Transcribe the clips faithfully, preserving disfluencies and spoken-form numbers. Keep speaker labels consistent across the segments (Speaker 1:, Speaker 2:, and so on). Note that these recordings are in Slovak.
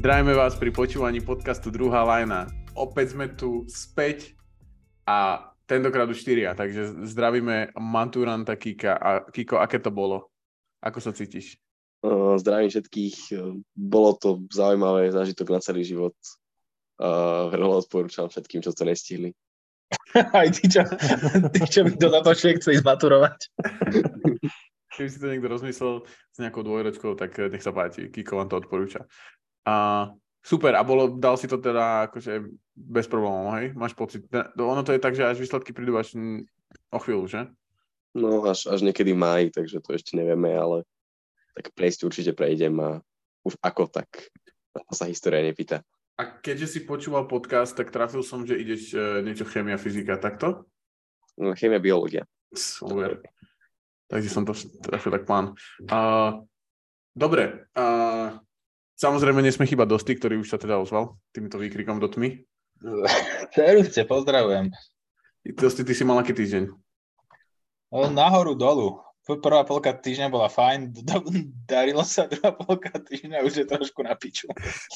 Speaker 1: Zdravíme vás pri počúvaní podcastu Druhá lajna. Opäť sme tu späť a tentokrát už štyria, takže zdravíme Maturanta, Kika. A Kiko, aké to bolo? Ako sa cítiš?
Speaker 2: Uh, zdravím všetkých. Bolo to zaujímavé, zážitok na celý život. Uh, veľmi odporúčam všetkým, čo to nestihli.
Speaker 3: Aj ty, čo, ty, čo mi to napočuje, chce ísť maturovať.
Speaker 1: Keby si to niekto rozmyslel s nejakou dvojročkou, tak nech sa páči, Kiko vám to odporúča. A super, a bolo, dal si to teda akože bez problémov, hej? Máš pocit? Ono to je tak, že až výsledky prídu až o chvíľu, že?
Speaker 2: No, až, až niekedy v máji, takže to ešte nevieme, ale tak prejsť určite prejdem a už ako tak sa história nepýta.
Speaker 1: A keďže si počúval podcast, tak trafil som, že ideš uh, niečo chémia, fyzika, takto?
Speaker 2: No, chémia, biológia.
Speaker 1: Super. Takže som to trafil tak plán. Uh, dobre. Uh, samozrejme, nesme chýbať Dosti, ktorý už sa teda ozval týmto výkrikom do tmy.
Speaker 3: Servusce, pozdravujem.
Speaker 1: Dosti, ty si mal aký týždeň?
Speaker 3: Nahoru, dolu. Prvá polka týždňa bola fajn, darilo sa, druhá polka týždňa už je trošku na piču.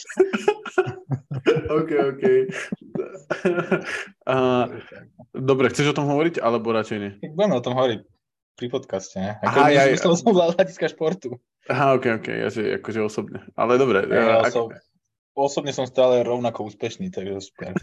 Speaker 1: OK, OK. Uh, dobre, chceš o tom hovoriť, alebo radšej nie?
Speaker 3: Budeme o tom hovoriť pri podcaste, ne? Ako
Speaker 1: Aha, ja,
Speaker 3: myslel som z hľadiska športu.
Speaker 1: Aha, OK, OK, ja si akože osobne. Ale dobre.
Speaker 3: Ja,
Speaker 1: uh,
Speaker 3: oso- ak... Osobne som stále rovnako úspešný, takže super.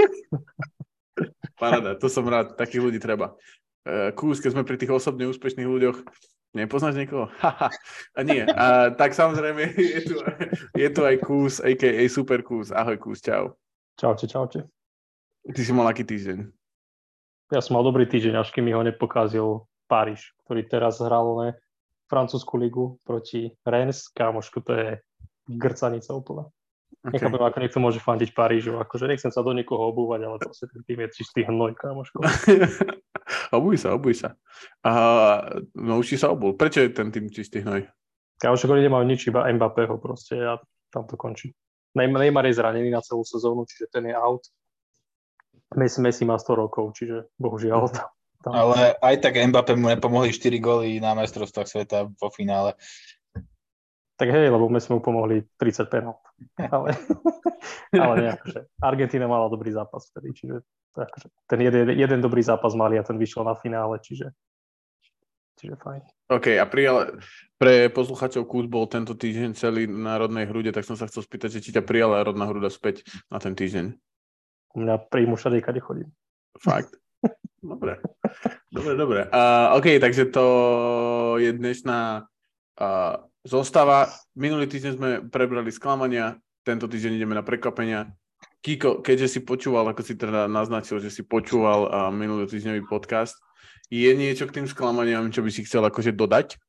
Speaker 1: Paráda, to som rád, takých ľudí treba. Uh, Kús, keď sme pri tých osobne úspešných ľuďoch, nepoznáš niekoho? Haha, a nie. Uh, tak samozrejme, je tu, je tu aj Kús, á ká á Super Kús. Ahoj Kús, čau.
Speaker 4: Čaute, čaute.
Speaker 1: Ty si mal aký týždeň?
Speaker 4: Ja som mal dobrý týždeň, až kým mi ho nepokázil Paríž, ktorý teraz hral ne, francúzsku ligu proti Rennes. Kámošku, to je grcanica úplne. Okay. Nechápem, ako niekto môže fandiť Parížu. Akože nechcem sa do niekoho obúvať, ale proste ten tým je čistý hnoj, kámoško.
Speaker 1: Obuj sa, obuj sa. A, no už si sa obul. Prečo je ten tým čistý hnoj?
Speaker 4: Kámoško, oni nemajú nič, iba Mbappého proste a tam to končí. Neymar je zranený na celú sezónu, čiže ten je out. Messi, Messi má sto rokov, čiže bohužiaľ tam. tam.
Speaker 3: Ale aj tak Mbappé mu nepomohli štyri góly na majstrovstvách sveta vo finále.
Speaker 4: Tak hej, lebo my sme mu pomohli tridsať penalt. Ale, ale nie, akože Argentína mala dobrý zápas vtedy, čiže akože, ten jeden, jeden dobrý zápas mali a ten vyšiel na finále, čiže, čiže fajn.
Speaker 1: OK, a prijal, pre posluchačov Kús bol tento týždeň celý na rodnej hrude, tak som sa chcel spýtať, či ťa prijala rodná hruda späť na ten týždeň.
Speaker 4: U mňa príjmu všade, kade chodím.
Speaker 1: Fakt? Dobre. Dobre, dobre. Uh, OK, takže to je dnešná uh, zostava. Minulý týždeň sme prebrali sklamania, tento týždeň ideme na prekvapenia. Kiko, keďže si počúval, ako si teda naznačil, že si počúval uh, minulý týždňový podcast, je niečo k tým sklamaniam, čo by si chcel akože dodať?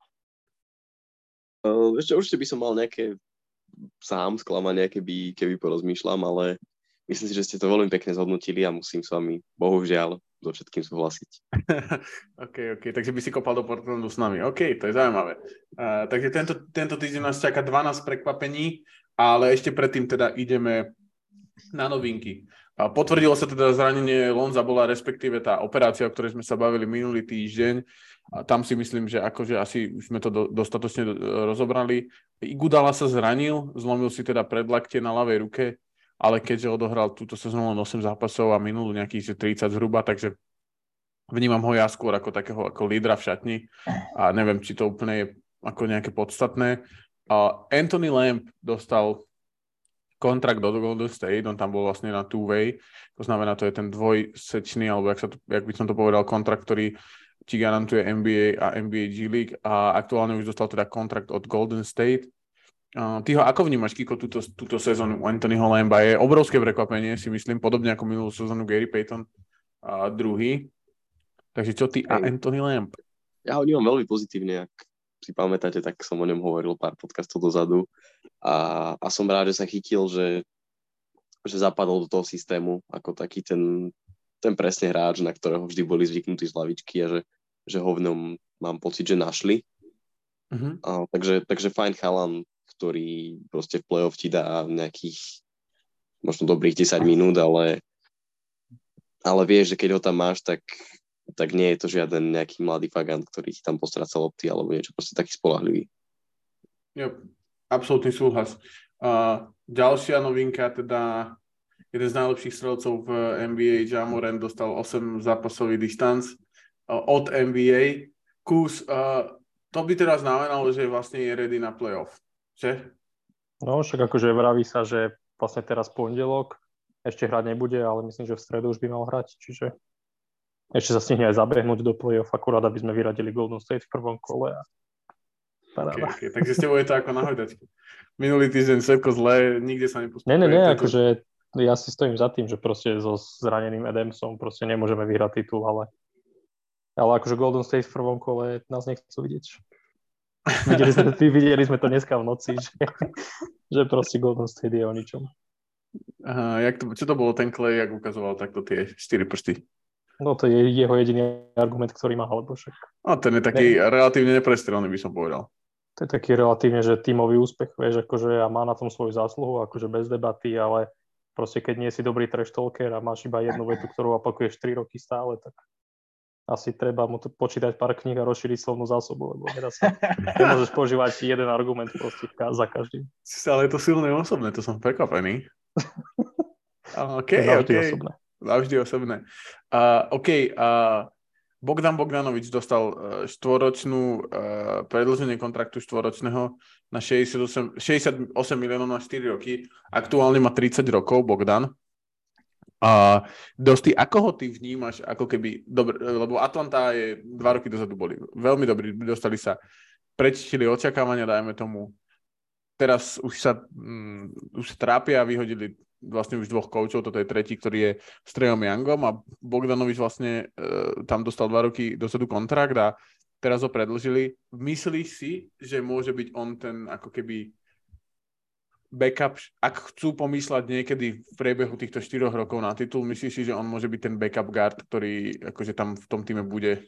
Speaker 2: Uh, ešte určite by som mal nejaké sám sklamania, keby, keby porozmýšľam, ale myslím si, že ste to veľmi pekne zhodnotili a musím s vami, bohužiaľ, so všetkým súhlasiť.
Speaker 1: OK, OK, takže by si kopal do Portlandu s nami. OK, to je zaujímavé. Uh, takže tento, tento týždeň nás čaká dvanásť prekvapení, ale ešte predtým teda ideme na novinky. Uh, potvrdilo sa teda zranenie Lonza Bola, respektíve tá operácia, o ktorej sme sa bavili minulý týždeň. A tam si myslím, že akože asi už sme to do, dostatočne do, rozobrali. Igudala sa zranil, zlomil si teda predlaktie na ľavej ruke, ale keďže odohral túto sezónu len osem zápasov a minulú nejakých tridsať zhruba, takže vnímam ho ja skôr ako takého ako lídra v šatni a neviem, či to úplne je ako nejaké podstatné. Uh, Anthony Lamb dostal kontrakt do Golden State, on tam bol vlastne na two-way, to znamená, to je ten dvojsečný, alebo jak, sa to, jak by som to povedal, kontrakt, ktorý ti garantuje N B A a N B A G League a aktuálne už dostal teda kontrakt od Golden State. Uh, ty ho ako vnímaš, Kiko, túto, túto sezónu Anthonyho Lamba? Je obrovské prekvapenie, si myslím, podobne ako minulú sezónu Gary Payton uh, druhý. Takže čo ty a Anthony Lamb?
Speaker 2: Ja ho vnímam veľmi pozitívne, ak si pamätáte, tak som o ňom hovoril pár podcastov dozadu a, a som rád, že sa chytil, že, že zapadol do toho systému ako taký ten, ten presne hráč, na ktorého vždy boli zvyknutí z lavičky a že, že ho v ňom mám pocit, že našli. Uh-huh. A, takže, takže fajn chalan, ktorý proste v play-off ti dá nejakých možno dobrých desať minút, ale, ale vieš, že keď ho tam máš, tak, tak nie je to žiaden nejaký mladý fagant, ktorý ti tam postráca lopty alebo niečo, proste taký spoľahlivý.
Speaker 1: Jo, absolútny súhlas. Uh, ďalšia novinka, teda jeden z najlepších strelcov v en bí ej, Ja Morant, dostal osem zápasový distanc od en bí ej. Kus, uh, to by teda znamenalo, že vlastne je ready na playoff, že?
Speaker 4: No, však akože vraví sa, že vlastne teraz pondelok ešte hrať nebude, ale myslím, že v stredu už by mal hrať, čiže ešte sa stihne aj zabehnúť do play-off, akurát aby sme vyradili Golden State v prvom kole a
Speaker 1: okay, okay. Takže s tebou je to ako na hojdačke. Minulý týždeň všetko zlé, nikde sa nepostupuje.
Speaker 4: Ne, ne, ne,
Speaker 1: takže...
Speaker 4: akože ja si stojím za tým, že proste so zraneným Adamsom proste nemôžeme vyhrať titul, ale ale akože Golden State v prvom kole nás nechcú vidieť. Videli sme, videli sme to dneska v noci, že, že proste Golden State je o ničom.
Speaker 1: Aha, jak to, čo to bolo ten Clay, jak ukazoval takto tie štyri prsty?
Speaker 4: No to je jeho jediný argument, ktorý má, alebo však.
Speaker 1: No ten je taký ne. relatívne neprestrelný, by som povedal.
Speaker 4: To je taký relatívne, že tímový úspech, vieš, akože a má na tom svoju zásluhu, akože bez debaty, ale proste keď nie si dobrý trash talker a máš iba jednu vetu, ktorú opakuješ tri roky stále, tak asi treba mu to počítať pár kníh a rozšíriť slovnú zásobu, lebo nedá sa, nemôžeš používať jeden argument proste za každým.
Speaker 1: Ale je to silné osobné, to som prekvapený. OK,
Speaker 4: Navždy
Speaker 1: OK.
Speaker 4: osobné.
Speaker 1: Navždy osobné. Uh, OK, uh, Bogdan Bogdanovič dostal uh, štvoročnú uh, predĺženie kontraktu štvoročného na šesťdesiatosem, šesťdesiatosem miliónov na štyri roky. Aktuálne má tridsať rokov Bogdan. A uh, Dosti, ako ho ty vnímaš, ako keby, dobre, lebo Atlanta je dva roky dozadu boli veľmi dobrí, dostali sa, prečítili očakávania, dajme tomu. Teraz už sa, um, už sa trápia a vyhodili vlastne už dvoch koučov, toto je tretí, ktorý je s Trejom Youngom a Bogdanovič vlastne uh, tam dostal dva roky dozadu kontrakt a teraz ho predĺžili. Myslíš si, že môže byť on ten ako keby backup, ak chcú pomýšľať niekedy v priebehu týchto štyroch rokov na titul, myslíš si, že on môže byť ten backup guard, ktorý akože tam v tom týme bude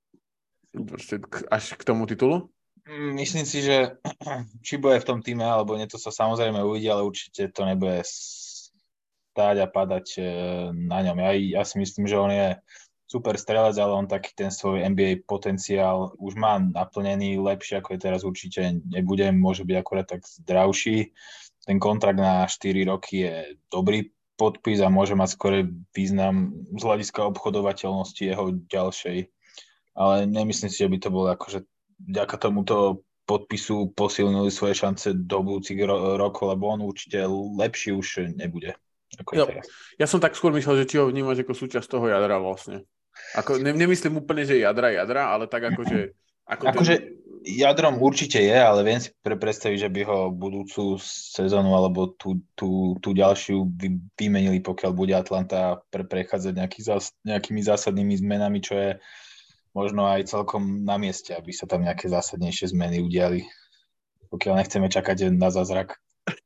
Speaker 1: až k tomu titulu?
Speaker 3: Myslím si, že či bude v tom týme, alebo nie, to sa samozrejme uvidí, ale určite to nebude stáť a padať na ňom. Ja, ja si myslím, že on je super strelec, ale on taký ten svoj en bí ej potenciál už má naplnený lepšie, ako je teraz určite nebude, môže byť akorát tak zdravší. Ten kontrakt na štyri roky je dobrý podpis a môže mať skôr význam z hľadiska obchodovateľnosti jeho ďalšej. Ale nemyslím si, že by to bolo akože vďaka tomuto podpisu posilnili svoje šance do budúcich ro- rokov, lebo on určite lepší už nebude, ako je
Speaker 1: jo,
Speaker 3: teraz.
Speaker 1: Ja som tak skôr myslel, že či ho vnímaš ako súčasť toho jadra vlastne. Ako, ne, nemyslím úplne, že jadra jadra, ale tak akože... Ako
Speaker 3: akože
Speaker 1: ten...
Speaker 3: jadrom určite je, ale viem si pre predstaviť, že by ho budúcu sezónu alebo tú, tú, tú ďalšiu vy, vymenili, pokiaľ bude Atlanta pre, prechádzať nejaký zás, nejakými zásadnými zmenami, čo je možno aj celkom na mieste, aby sa tam nejaké zásadnejšie zmeny udiali. Pokiaľ nechceme čakať na zázrak.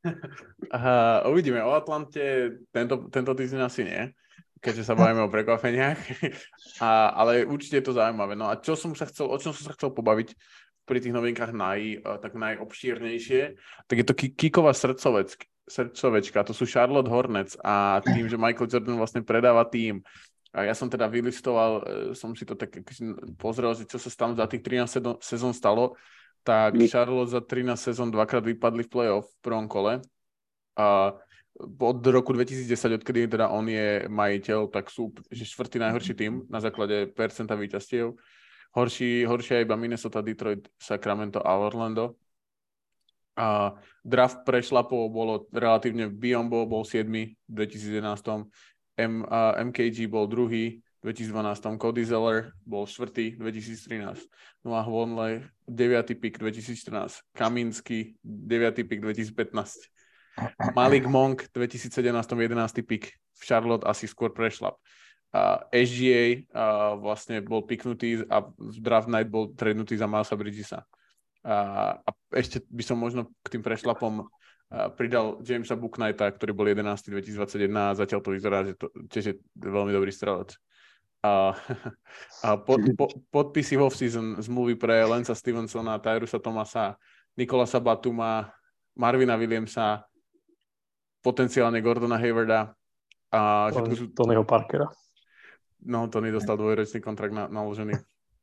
Speaker 1: Aha, uvidíme. O Atlante tento, tento týždeň asi nie, keďže sa bavíme o prekvapeniach. A, ale určite je to zaujímavé. No a čo som sa chcel, o čom som sa chcel pobaviť pri tých novinkách naj, tak najobšírnejšie, tak je to Kikova srdcovečka, srdcovečka. To sú Charlotte Hornets a tým, že Michael Jordan vlastne predáva tým. A ja som teda vylistoval, som si to tak pozrel, že čo sa tam za tých trinásť sezón stalo, tak Charlotte za trinásť sezón dvakrát vypadli v play-off v prvom kole. A od roku dvetisícdesať, odkedy teda on je majiteľ, tak sú že štvrtý najhorší tým na základe percenta víťazstiev. Horší, horšia iba Minnesota, Detroit, Sacramento a Orlando. A draft prešlapov bolo relatívne, Biyombo bol siedmy v dvetisícjedenásť. M, uh, em ká gé bol druhý v dvetisícdvanásť, Cody Zeller bol štvrtý v dvetisíctrinásť, Noah Vonleh deviaty pick dvetisícštrnásť, Kaminsky deviaty pick dvetisícpätnásť, Malik Monk dvetisícsedemnásť jedenásty pick, v Charlotte asi skôr prešlap. Uh, es gé á uh, vlastne bol picknutý a v draft night bol tradnutý za Milesa Bridgesa. Uh, a ešte by som možno k tým prešlapom Uh, pridal Jamesa Bouknighta, ktorý bol jedenásty dvetisícdvadsaťjeden a zatiaľ to vyzerá, že to tiež je veľmi dobrý strelec. Uh, a pod, po, podpisy v off-season zmluvy pre Lensa Stevensona, Tyrusa Thomasa, Nicolasa Batuma, Marvina Williamsa, potenciálne Gordona Haywarda a
Speaker 4: Ton,
Speaker 1: sú...
Speaker 4: Tonyho Parkera.
Speaker 1: No, Tony dostal dvojročný kontrakt na, naložený.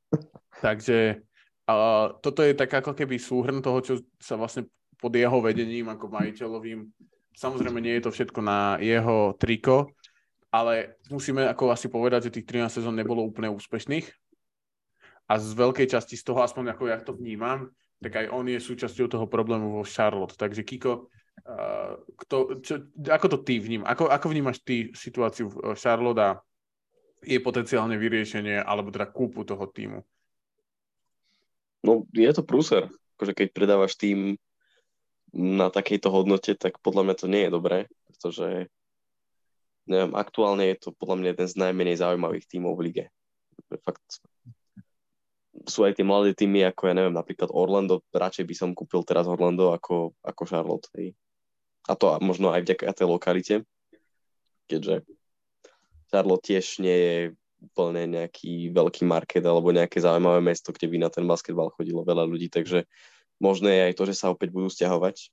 Speaker 1: Takže uh, toto je tak ako keby súhrn toho, čo sa vlastne pod jeho vedením ako majiteľovým samozrejme nie je to všetko na jeho triko, ale musíme ako asi povedať, že tých trinásť sezón nebolo úplne úspešných a z veľkej časti z toho, aspoň ako ja to vnímam, tak aj on je súčasťou toho problému vo Charlotte. Takže Kiko, uh, kto, čo, ako to ty vnímaš? Ako, ako vnímaš ty situáciu v Charlotte a je potenciálne vyriešenie alebo teda kúpu toho týmu?
Speaker 2: No, je to prúser. Akože keď predávaš tým na takejto hodnote, tak podľa mňa to nie je dobré, pretože neviem, aktuálne je to podľa mňa jeden z najmenej zaujímavých tímov v lige. Fakt sú aj tie mladé týmy, ako ja neviem, napríklad Orlando, radšej by som kúpil teraz Orlando ako, ako Charlotte. Hej. A to možno aj vďaka tej lokalite, keďže Charlotte tiež nie je úplne nejaký veľký market alebo nejaké zaujímavé mesto, kde by na ten basketbal chodilo veľa ľudí, takže možné je aj to, že sa opäť budú sťahovať.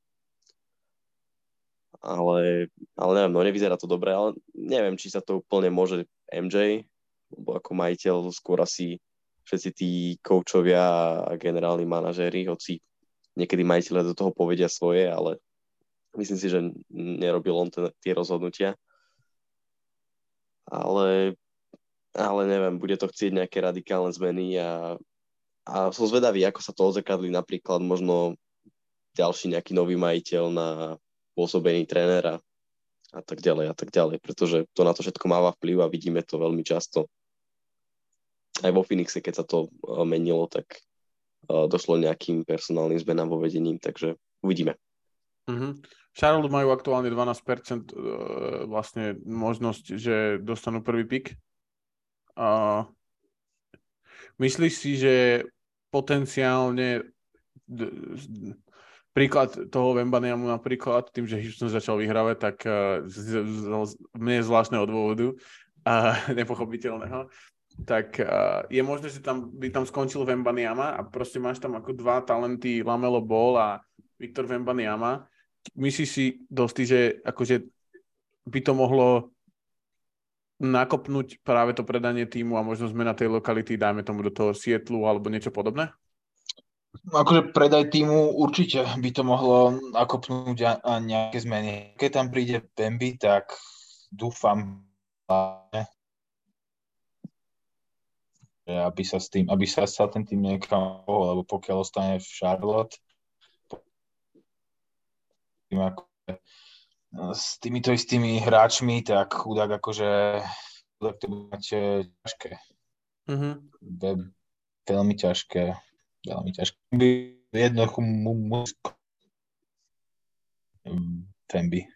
Speaker 2: Ale, ale neviem, no nevyzerá to dobre, ale neviem, či sa to úplne môže em jé, lebo ako majiteľ skôr asi všetci tí koučovia a generálni manažéri, hoci niekedy majiteľe do toho povedia svoje, ale myslím si, že nerobil on ten, tie rozhodnutia. Ale, ale neviem, bude to chcieť nejaké radikálne zmeny a, a som zvedavý, ako sa to odzrkadlí napríklad možno ďalší nejaký nový majiteľ na pôsobení trénera a tak ďalej a tak ďalej, pretože to na to všetko máva vplyv a vidíme to veľmi často. Aj vo Phoenixe, keď sa to menilo, tak došlo nejakým personálnym zmenám vo vedení, takže uvidíme.
Speaker 1: Mm-hmm. Charlotte majú aktuálne dvanásť percent vlastne možnosť, že dostanú prvý pick. A myslíš si, že potenciálne príklad toho Wembanyamu napríklad, tým, že Houston začal vyhrávať, tak z, z, z mne zvláštneho dôvodu a nepochopiteľného, tak uh, je možné, že tam by tam skončil Wembanyama a proste máš tam ako dva talenty LaMelo Ball a Victor Wembanyama. Myslíš si dosť, že akože by to mohlo nakopnúť práve to predanie týmu a možno zmena tej lokality, dajme tomu do toho Seattlu alebo niečo podobné?
Speaker 3: Akože predaj týmu určite by to mohlo nakopnúť a, a nejaké zmeny. Keď tam príde Bambi, tak dúfam, aby sa s tým, aby sa, sa ten tým niekam pohol, lebo pokiaľ ostane v Charlotte tým ako, s týmito istými hráčmi, tak chudák akože chudák to bude mať ťažké. Mm-hmm. Veľmi ťažké. Veľmi ťažké. Jednoducho mu musí Femby.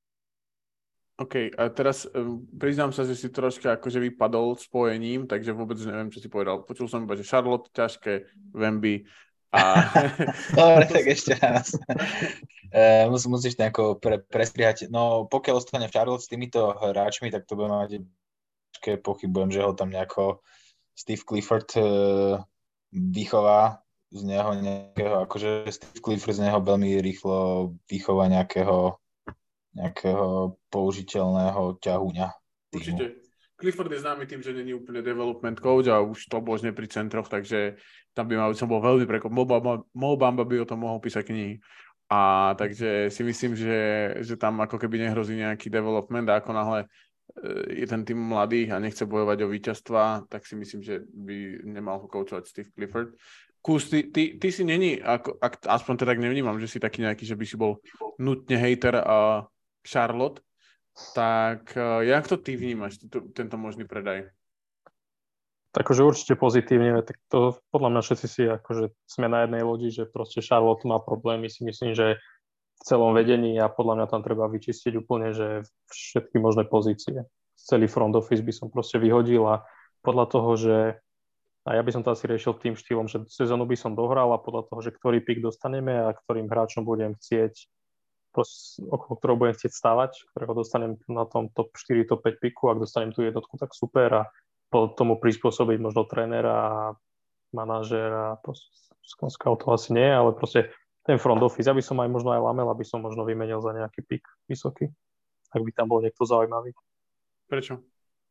Speaker 1: OK, a teraz um, priznám sa, že si troška akože vypadol spojením, takže vôbec neviem, čo si povedal. Počul som iba, že Charlotte, ťažké, Wemby a...
Speaker 3: Dobre, tak ešte raz. uh, mus, musíš nejako pre, prestrihať. No, pokiaľ ostane v Charlotte s týmito hráčmi, tak to bude mať ťažké, pochybujem, že ho tam nejako Steve Clifford uh, vychová z neho nejakého, akože Steve Clifford z neho veľmi rýchlo vychová nejakého nejakého použiteľného ťahuňa.
Speaker 1: Určite. Clifford je známy tým, že není úplne development coach a už to božne pri centroch, takže tam by mal, som bol veľmi prekop. Mo Bamba by o tom mohol písať knihy. A takže si myslím, že, že tam ako keby nehrozí nejaký development a ako náhle je ten tým mladý a nechce bojovať o víťazstva, tak si myslím, že by nemal ho koučovať Steve Clifford. Kus, ty, ty, ty si není, ako, ak, aspoň teda tak nevnímam, že si taký nejaký, že by si bol nutne hejter a Charlotte, tak uh, jak to ty vnímaš, tento, tento možný predaj?
Speaker 4: Takže určite pozitívne, tak to podľa mňa všetci si akože sme na jednej lodi, že proste Charlotte má problémy, si myslím, že v celom vedení a podľa mňa tam treba vyčistiť úplne, že všetky možné pozície. Celý front office by som proste vyhodil a podľa toho, že a ja by som to asi riešil tým štýlom, že sezónu by som dohral a podľa toho, že ktorý pik dostaneme a ktorým hráčom budem chcieť okolo ktorého budem chcieť stávať, ktorého dostanem na tom top štyri, top päť piku, ak dostanem tú jednotku, tak super a po tomu prispôsobiť možno trénera a manažéra, scout to asi nie, ale proste ten front office, ja by som aj možno aj Lamel, aby som možno vymenil za nejaký pik vysoký, ak by tam bol niekto zaujímavý.
Speaker 1: Prečo?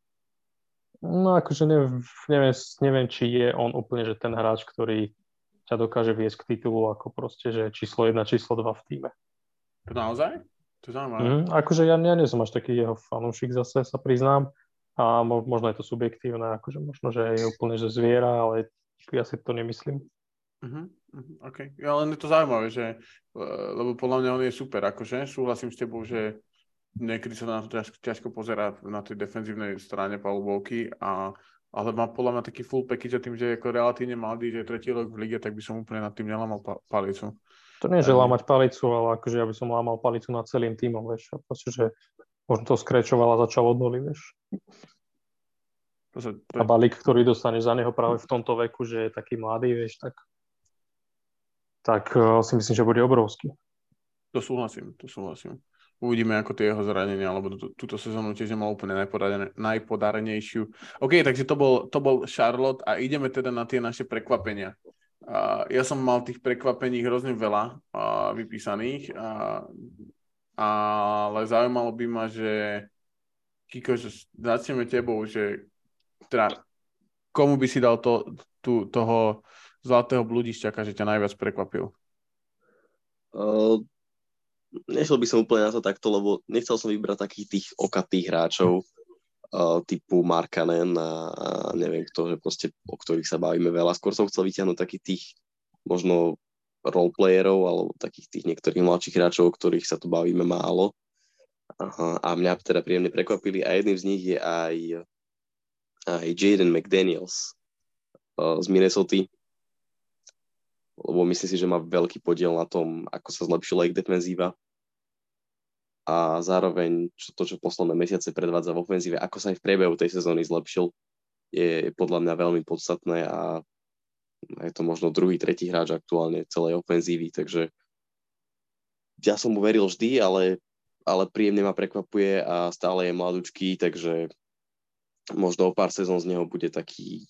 Speaker 4: No akože neviem, neviem, neviem, či je on úplne, že ten hráč, ktorý ťa dokáže viesť k titulu ako proste, že číslo jedna, číslo dva v tíme.
Speaker 1: To naozaj? To je zaujímavé.
Speaker 4: Mm, akože ja, ja nie som až taký jeho fanúšik zase, sa priznám. A mo- možno je to subjektívne, akože možno, že je úplne že zviera, ale ja si to nemyslím.
Speaker 1: Uh-huh, uh-huh, OK. Ja, len je to zaujímavé, že, uh, lebo podľa mňa on je super, akože súhlasím s tebou, že niekedy sa na to ťažko, ťažko pozerá na tej defenzívnej strane palubovky, a, ale má podľa mňa taký full package, a tým, že je ako relatívne mladý, že je tretí rok v lige, tak by som úplne nad tým nelamal pa- palicu.
Speaker 4: To nie je, že lámať palicu, ale akože ja by som lámal palicu nad celým tímom, vieš. A proste, že možno to skrečoval a začal od nuly, vieš.
Speaker 1: To sa, to...
Speaker 4: A balík, ktorý dostaneš za neho práve v tomto veku, že je taký mladý, vieš, tak, tak uh, si myslím, že bude obrovský.
Speaker 1: To súhlasím, to súhlasím. Uvidíme, ako tie jeho zranenia, alebo tú, túto sezónu tiež nemal úplne najpodarenejšiu. OK, takže to bol, to bol Charlotte a ideme teda na tie naše prekvapenia. Uh, ja som mal tých prekvapení hrozne veľa uh, vypísaných, uh, ale zaujímalo by ma, že Kiko, že začneme tebou, že teda komu by si dal to, tú, toho zlatého bludišťaka, že ťa najviac prekvapil?
Speaker 2: Uh, nešiel by som úplne na to takto, lebo nechcel som vybrať takých tých okatých hráčov uh, typu Markkanen a, a neviem kto, že proste, o ktorých sa bavíme veľa. Skôr som chcel vyťahnuť takých tých možno roleplayerov alebo takých tých niektorých mladších hráčov, o ktorých sa tu bavíme málo. Aha, a mňa teda príjemne prekvapili a jedným z nich je aj, aj Jaden McDaniels uh, z Minnesota, lebo myslím si, že má veľký podiel na tom, ako sa zlepšila ich defenzíva a zároveň čo, to, čo posledné mesiace predvádza v ofenzíve, ako sa aj v priebehu tej sezóny zlepšil, je podľa mňa veľmi podstatné a je to možno druhý, tretí hráč aktuálne celej ofenzívy, takže ja som mu veril vždy, ale, ale príjemne ma prekvapuje a stále je mladúčký, takže možno o pár sezón z neho bude taký.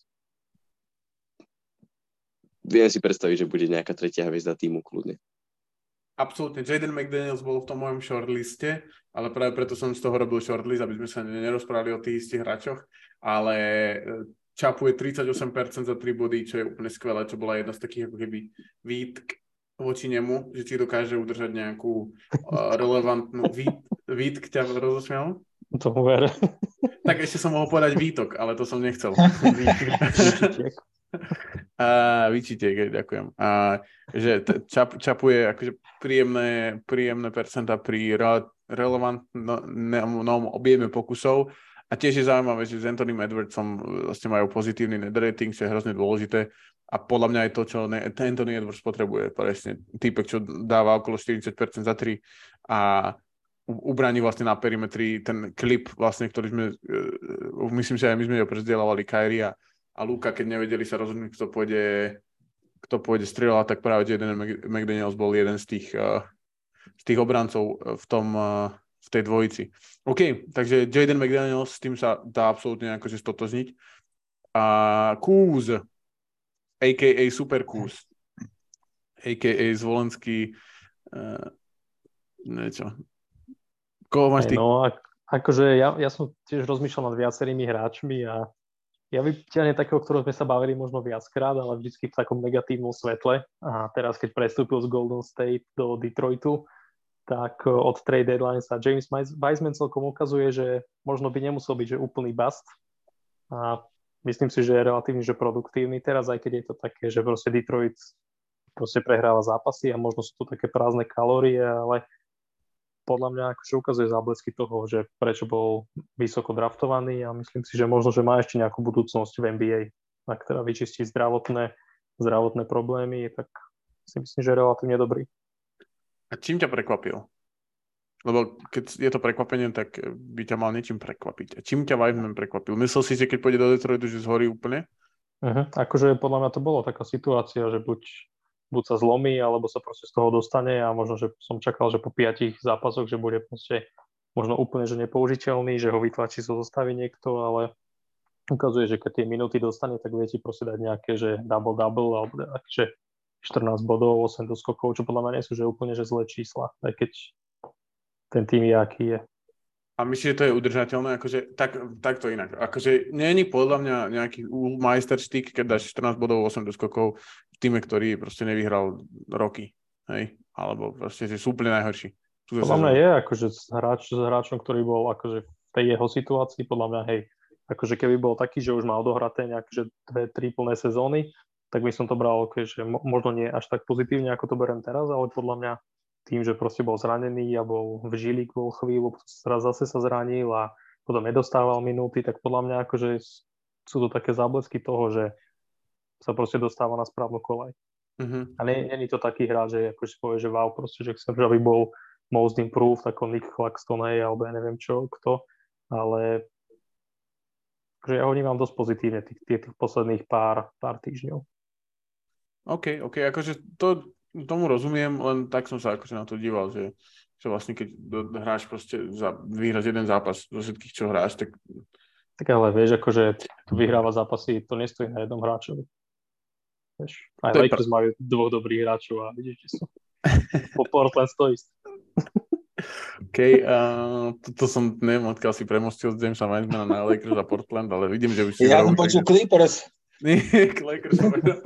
Speaker 2: Viem si predstaviť, že bude nejaká tretia hviezda týmu kľudne.
Speaker 1: Absolútne. Jaden McDaniels bol v tom mojom shortliste, ale práve preto som z toho robil shortlist, aby sme sa nerozprávali o tých istých hráčoch, ale čapuje tridsaťosem percent za tri body, čo je úplne skvelé, čo bola jedna z takých ako keby výtk voči nemu, že ti dokáže udržať nejakú uh, relevantnú vít, výtk ťa rozosmial?
Speaker 4: Tomu ver.
Speaker 1: Tak ešte som mohol povedať výtok, ale to som nechcel.
Speaker 4: Výčitek.
Speaker 1: A vyčíte, ďakujem. A že čap, čapuje akože príjemné, príjemné percentá pri re, relevantnom objeme pokusov a tiež je zaujímavé, že s Anthonym Edwardsom vlastne majú pozitívny net rating, čo je hrozne dôležité a podľa mňa je to, čo Anthony Edwards potrebuje. Presne týpek, čo dáva okolo štyridsať percent za tri a ubraní vlastne na perimetri ten klip, vlastne, ktorý sme, myslím, že aj my sme ho prezdieľovali Kyrie a a Luka, keď nevedeli sa rozhodnúť, kto pôjde, kto pôjde strieľať, tak práve Jaden McDaniels bol jeden z tých, uh, z tých obrancov v, tom, uh, v tej dvojici. OK, takže Jaden McDaniels, s tým sa dá absolútne akože stotožniť. A Kuz, a ká a Super Kuz, a ká a Zvolenský, uh, niečo. Koho máš ty?
Speaker 4: No, ak, akože ja, ja som tiež rozmýšľal nad viacerými hráčmi a ja vyťahnem takého, ktorého sme sa bavili možno viackrát, ale vždycky v takom negatívnom svetle. A teraz, keď prestúpil z Golden State do Detroitu, tak od trade deadline sa James Wiseman celkom ukazuje, že možno by nemusel byť že úplný bust. A myslím si, že je relatívne že produktívny teraz, aj keď je to také, že proste Detroit proste prehráva zápasy a možno sú to také prázdne kalórie, ale podľa mňa akože ukazuje záblesky toho, že prečo bol vysoko draftovaný a myslím si, že možno, že má ešte nejakú budúcnosť v en bí ej. Ak teda vyčistí zdravotné, zdravotné problémy, tak si myslím, že je relatívne dobrý.
Speaker 1: A čím ťa prekvapil? Lebo keď je to prekvapenie, tak by ťa mal niečím prekvapiť. A čím ťa Wiseman prekvapil? Myslel si, že keď pôjde do Detroitu, že zhorí úplne?
Speaker 4: Uh-huh. Akože podľa mňa to bolo taká situácia, že buď buď sa zlomí, alebo sa proste z toho dostane a možno, že som čakal, že po piatich zápasoch, že bude proste možno úplne, že nepoužiteľný, že ho vytlačí zo zostavy niekto, ale ukazuje, že keď tie minúty dostane, tak vie ti proste dať nejaké, že double-double, alebo že štrnásť bodov, osem doskokov, čo podľa mňa nie sú, že úplne, že zlé čísla, aj keď ten tým je, aký je.
Speaker 1: A myslíš, že to je udržateľné? Akože, tak, tak to inak. Akože nie je podľa mňa nejaký majsterštík, keď dáš štrnásť bodov, osem doskokov v týme, ktorý proste nevyhral roky. Hej? Alebo proste, že sú úplne najhorší.
Speaker 4: Podľa mňa je akože hráč s hráčom, ktorý bol akože v tej jeho situácii, podľa mňa, hej, akože keby bol taký, že už má odohraté nejaké že dve, tri plné sezóny, tak by som to bral, okay, že mo- možno nie až tak pozitívne, ako to beriem teraz, ale podľa mňa tým, že proste bol zranený a bol v Žilik bol chvíľu, teraz zase sa zranil a potom nedostával minúty, tak podľa mňa akože sú to také záblesky toho, že sa proste dostáva na správnu kolaj.
Speaker 1: Mm-hmm.
Speaker 4: A nie, nie je to taký hráč, že akože povie, že wow, proste, že chcem, aby bol most improved, ako Nick Claxton, alebo ja neviem čo, kto, ale že ja ho vnímam dosť pozitívne tých, tých, tých posledných pár, pár týždňov.
Speaker 1: OK, OK, akože to, tomu rozumiem, len tak som sa akože na to díval, že, že vlastne keď do, hráš proste za, vyhráš jeden zápas zo všetkých, čo hráš, tak...
Speaker 4: Tak ale vieš, akože vyhráva zápasy, to nestojí na jednom hráčovi. Vieš, aj Lakers pr- majú dvoch dobrých hráčov a vidíš, že sú. Po Portland stojí.
Speaker 1: OK, uh, toto som, neviem, odkiaľ si premostil z Jamesa Wisemana na Lakers a Portland, ale vidím, že už si...
Speaker 3: Ja som počul Clippers.
Speaker 1: Nie, Lakers.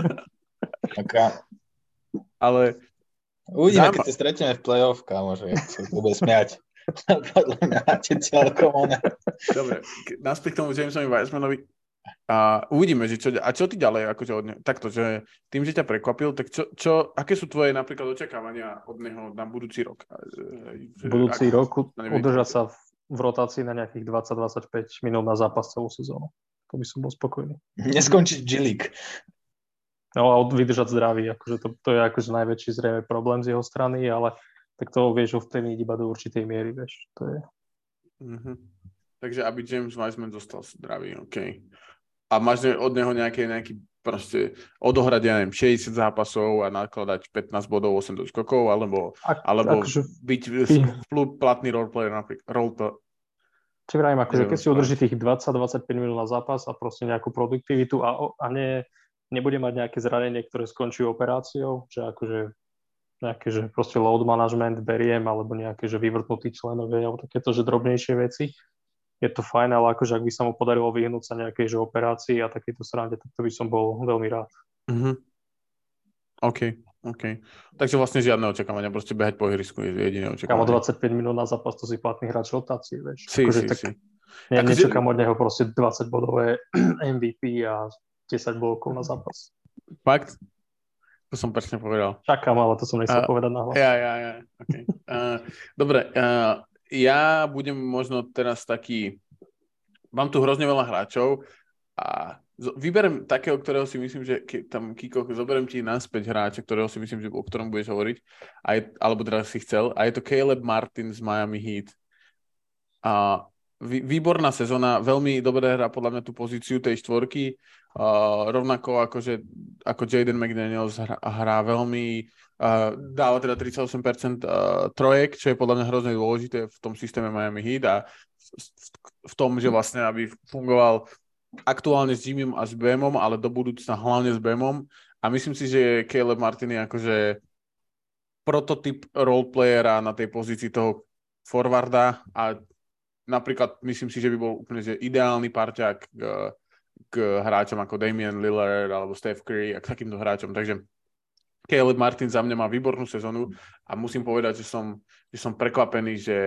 Speaker 3: Okay.
Speaker 1: Ale...
Speaker 3: Uvidíme, keď sa stretneme v play-off, kámože, sa to bude smiať. Podľa mňa máte celkom ona.
Speaker 1: Dobre, naspäť k tomu Jamesovi Wisemanovi. A uvidíme, že čo, a čo ty ďalej, akože od neho, takto, že tým, že ťa prekvapil, tak čo, čo, aké sú tvoje napríklad očakávania od neho na budúci rok?
Speaker 4: Budúci rok udržať sa v, v rotácii na nejakých dvadsať dvadsaťpäť minút na zápas celú sezónu. To by som bol spokojný.
Speaker 3: Neskončiť G-League.
Speaker 4: No a vydržať zdravý, akože to, to je akože najväčší zrejme problém z jeho strany, ale tak to vieš ovplyvniť iba do určitej miery, vieš, to je.
Speaker 1: Mm-hmm. Takže aby James Wiseman zostal zdravý, OK. A máš od neho nejaké, nejaký proste odohrať, ja neviem, šesťdesiat zápasov a nakladať pätnásť bodov, osem doskokov, alebo, Ak, alebo akože, byť platný roleplayer napríklad. Role,
Speaker 4: Či vrajím, akože keď si udrží tých dvadsať dvadsaťpäť minút na zápas a proste nejakú produktivitu a, a nie, nebude mať nejaké zranenie, ktoré skončí operáciou, že akože nejaké, že proste load management beriem, alebo nejaké, že vyvrtnutý členovia, alebo takéto, že drobnejšie veci. Je to fajn, ale akože ak by sa mu podarilo vyhnúť sa nejakej že operácii a takejto srande, tak to by som bol veľmi rád.
Speaker 1: Mm-hmm. OK, OK. Takže vlastne žiadne očakávania, proste behať po ihrisku je jediné očakávanie.
Speaker 4: Kámo dvadsaťpäť minút na zápas, to si platný hráč rotácie, vieš.
Speaker 1: Si,
Speaker 4: akože,
Speaker 1: si,
Speaker 4: tak
Speaker 1: si.
Speaker 4: Ne,
Speaker 1: Ako
Speaker 4: nečakám
Speaker 1: si...
Speaker 4: od neho proste dvadsaťbodové em ví pí a desať blokov na zápas.
Speaker 1: Fakt? To som presne povedal.
Speaker 4: Čakám, ale to som nechcel uh, povedať na hlas.
Speaker 1: Ja, ja, ja. Okay. Uh, dobre, uh, ja budem možno teraz taký, mám tu hrozne veľa hráčov a vyberem takého, ktorého si myslím, že ke, tam Kiko, zoberiem ti naspäť hráča, ktorého si myslím, že o ktorom budeš hovoriť, a je, alebo teda si chcel, a je to Caleb Martin z Miami Heat. A vý, výborná sezóna, veľmi dobre hrá podľa mňa tú pozíciu tej štvorky, uh, rovnako akože, ako Jaden McDaniels hrá, hrá veľmi Uh, dáva teda tridsaťosem percent uh, trojek, čo je podľa mňa hrozne dôležité v tom systéme Miami Heat a v, v tom, že vlastne aby fungoval aktuálne s Jimmym a s Bamom, ale do budúcna hlavne s Bamom, a myslím si, že Caleb Martin je akože prototyp roleplayera na tej pozícii toho forwarda a napríklad myslím si, že by bol úplne že ideálny parťák k, k hráčom ako Damian Lillard alebo Steph Curry a k takýmto hráčom, takže Caleb Martin za mňa má výbornú sezónu a musím povedať, že som, že som prekvapený, že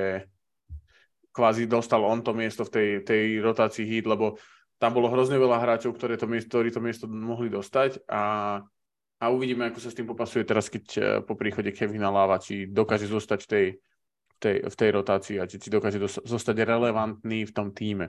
Speaker 1: kvázi dostal on to miesto v tej, tej rotácii Heat, lebo tam bolo hrozne veľa hráčov, ktoré to miesto, ktorí to miesto mohli dostať a, a uvidíme, ako sa s tým popasuje teraz, keď po príchode Kevina Lava, či dokáže zostať v tej, v tej, v tej rotácii a či, či dokáže dos- zostať relevantný v tom tíme.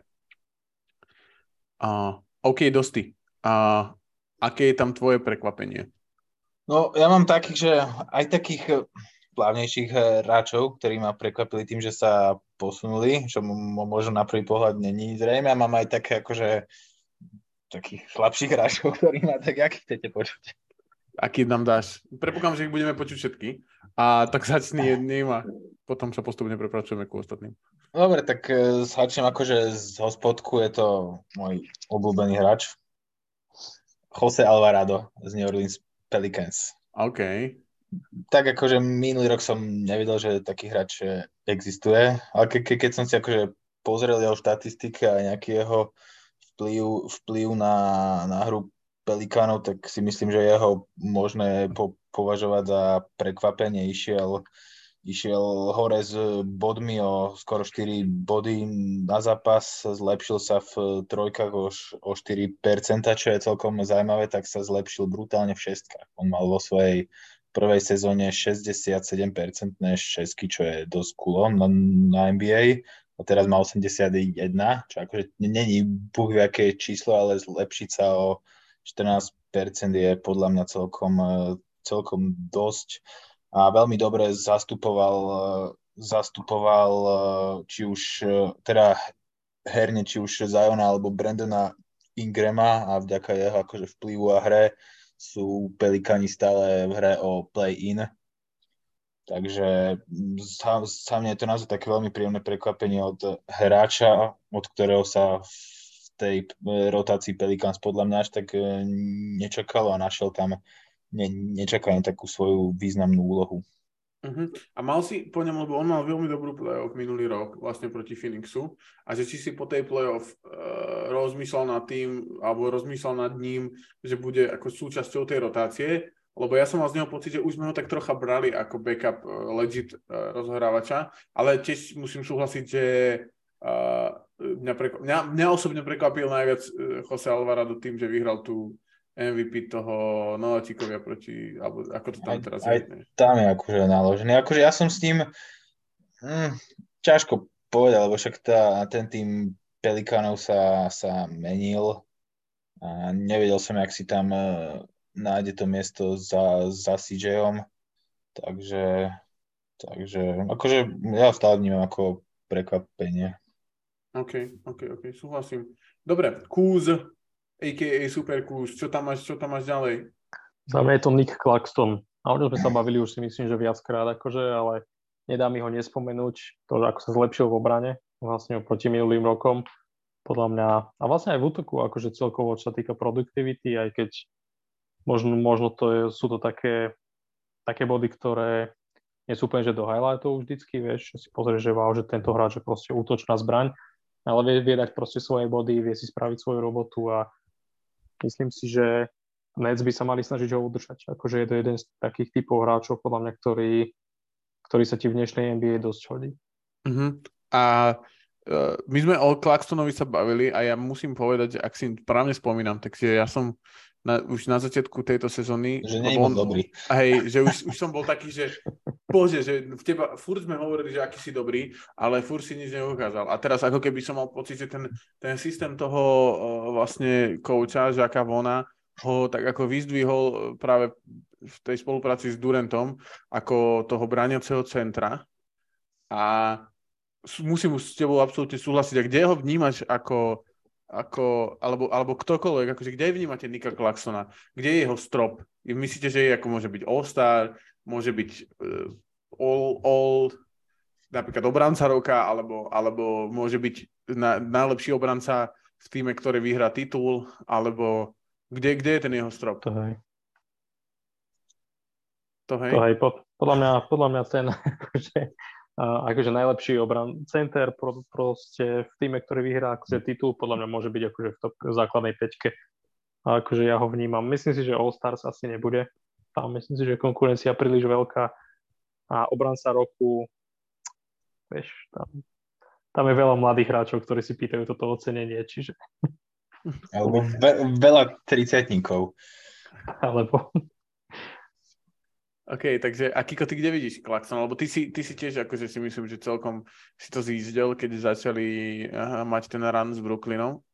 Speaker 1: Uh, OK, Dosti. Uh, aké je tam tvoje prekvapenie?
Speaker 3: No, ja mám takých, že aj takých hlavnejších hráčov, ktorí ma prekvapili tým, že sa posunuli, čo možno na prvý pohľad není zrejme, a mám aj také akože takých slabších hráčov, ktorí ma tak, aký chcete počuť?
Speaker 1: Aký nám dáš? Prepokám, že ich budeme počuť všetky, a tak začni jedným a potom sa postupne prepracujeme ku ostatným.
Speaker 3: Dobre, tak začnem akože z hospodku, je to môj obľúbený hráč. Jose Alvarado z New Orleans Pelicans.
Speaker 1: OK.
Speaker 3: Tak akože minulý rok som nevedel, že taký hráč existuje, ale ke, ke, keď som si akože pozrel jeho štatistiky a nejaký jeho vplyv, vplyv na, na hru Pelikánov, tak si myslím, že jeho možné po, považovať za prekvapenie. Išiel išiel hore s bodmi o skoro štyri body na zápas, zlepšil sa v trojkách o, o štyri percentá, čo je celkom zaujímavé, tak sa zlepšil brutálne v šestkách. On mal vo svojej prvej sezóne šesťdesiatsedem percent šestky, čo je dosť cool na, na en bí ej. A teraz má osemdesiatjeden, čo akože není buch aké číslo, ale zlepšiť sa o štrnásť percent je podľa mňa celkom, celkom dosť. A veľmi dobre zastupoval, zastupoval či už teda herne, či už Ziona alebo Brandona Ingrama a vďaka jeho akože vplyvu a hre sú Pelikáni stále v hre o play-in. Takže za, za mňa je to naozaj také veľmi príjemné prekvapenie od hráča, od ktorého sa v tej rotácii Pelicans podľa mňa až tak nečakalo a našiel tam ne, nečakajme takú svoju významnú úlohu.
Speaker 1: Uh-huh. A mal si po ňom, lebo on mal veľmi dobrú playoff minulý rok vlastne proti Phoenixu a že či si po tej playoff uh, rozmýšľal nad tým, alebo rozmýšľal nad ním, že bude ako súčasťou tej rotácie, lebo ja som mal z neho pocit, že už sme ho tak trocha brali ako backup uh, legit uh, rozhrávača, ale tiež musím súhlasiť, že uh, mňa, preko- mňa, mňa osobne prekvapil najviac uh, Jose Alvarado tým, že vyhral tú em ví pí toho Nováčikovia proti, alebo ako to tam
Speaker 3: aj,
Speaker 1: teraz
Speaker 3: aj
Speaker 1: je.
Speaker 3: Tam je akože naložený. Akože ja som s ním hm, ťažko povedal, lebo však tá, ten tým Pelikánov sa, sa menil a nevedel som, jak si tam uh, nájde to miesto za, za cé jé-om. Takže, takže akože ja stále vnímam ako prekvapenie.
Speaker 1: OK, OK, OK, súhlasím. Dobre, Kuz, á ká á Super Kuz, čo tam máš, čo tam máš ďalej?
Speaker 4: Za mňa je to Nick Claxton. A o ňom sme sa bavili už si myslím, že viackrát, akože, ale nedá mi ho nespomenúť, to, ako sa zlepšil v obrane, vlastne oproti minulým rokom, podľa mňa, a vlastne aj v útoku, akože celkovo, čo sa týka produktivity, aj keď možno, možno to je, sú to také, také body, ktoré nie sú úplne, že do highlightov vždycky, vieš, že si pozrieš, že wow, že tento hráč je proste útočná zbraň, ale vie, vie dať proste svoje body, vie si spraviť svoju robotu a myslím si, že Nets by sa mali snažiť ho udržať. Akože je to jeden z takých typov hráčov, podľa mňa, ktorý, ktorý sa ti v dnešnej en bí ej dosť hodí. Uh-huh.
Speaker 1: A uh, my sme o Claxtonovi sa bavili a ja musím povedať, že ak si správne spomínam, takže ja som na, už na začiatku tejto sezóny...
Speaker 3: Že nie je moc dobrý.
Speaker 1: Hej, že už, už som bol taký, že bože, že v teba furt sme hovorili, že aký si dobrý, ale furt si nič neukázal. A teraz ako keby som mal pocit, že ten, ten systém toho uh, vlastne kouča, Žaka Vona, ho tak ako vyzdvihol práve v tej spolupráci s Durantom ako toho brániaceho centra. A musím s tebou absolútne súhlasiť. A kde ho vnímaš ako, ako alebo, alebo ktokoľvek, akože kde vnímate Nicka Claxtona? Kde je jeho strop? Myslíte, že je, ako môže byť All-Star, môže byť uh, all, all napríklad obranca roka, alebo, alebo môže byť na, najlepší obranca v týme, ktorý vyhrá titul, alebo kde, kde je ten jeho strop?
Speaker 4: To hej.
Speaker 1: To hej.
Speaker 4: To hej. Pod, podľa, mňa, podľa mňa ten akože, uh, akože najlepší obran center pro, proste v týme, ktorý vyhrá akože titul, podľa mňa môže byť akože v top základnej päťke. A akože ja ho vnímam. Myslím si, že All-Stars asi nebude. Tam myslím si, že konkurencia príliš veľká a obranca roku, vieš, tam, tam je veľa mladých hráčov, ktorí si pýtajú toto ocenenie, čiže...
Speaker 3: Alebo ve- veľa tridsiatnikov.
Speaker 4: Alebo...
Speaker 1: OK, takže a Kiko, ty kde vidíš Claxton? Lebo ty si, ty si tiež, akože si myslím, že celkom si to zjízdel, keď začali aha, mať ten run s Brooklynom.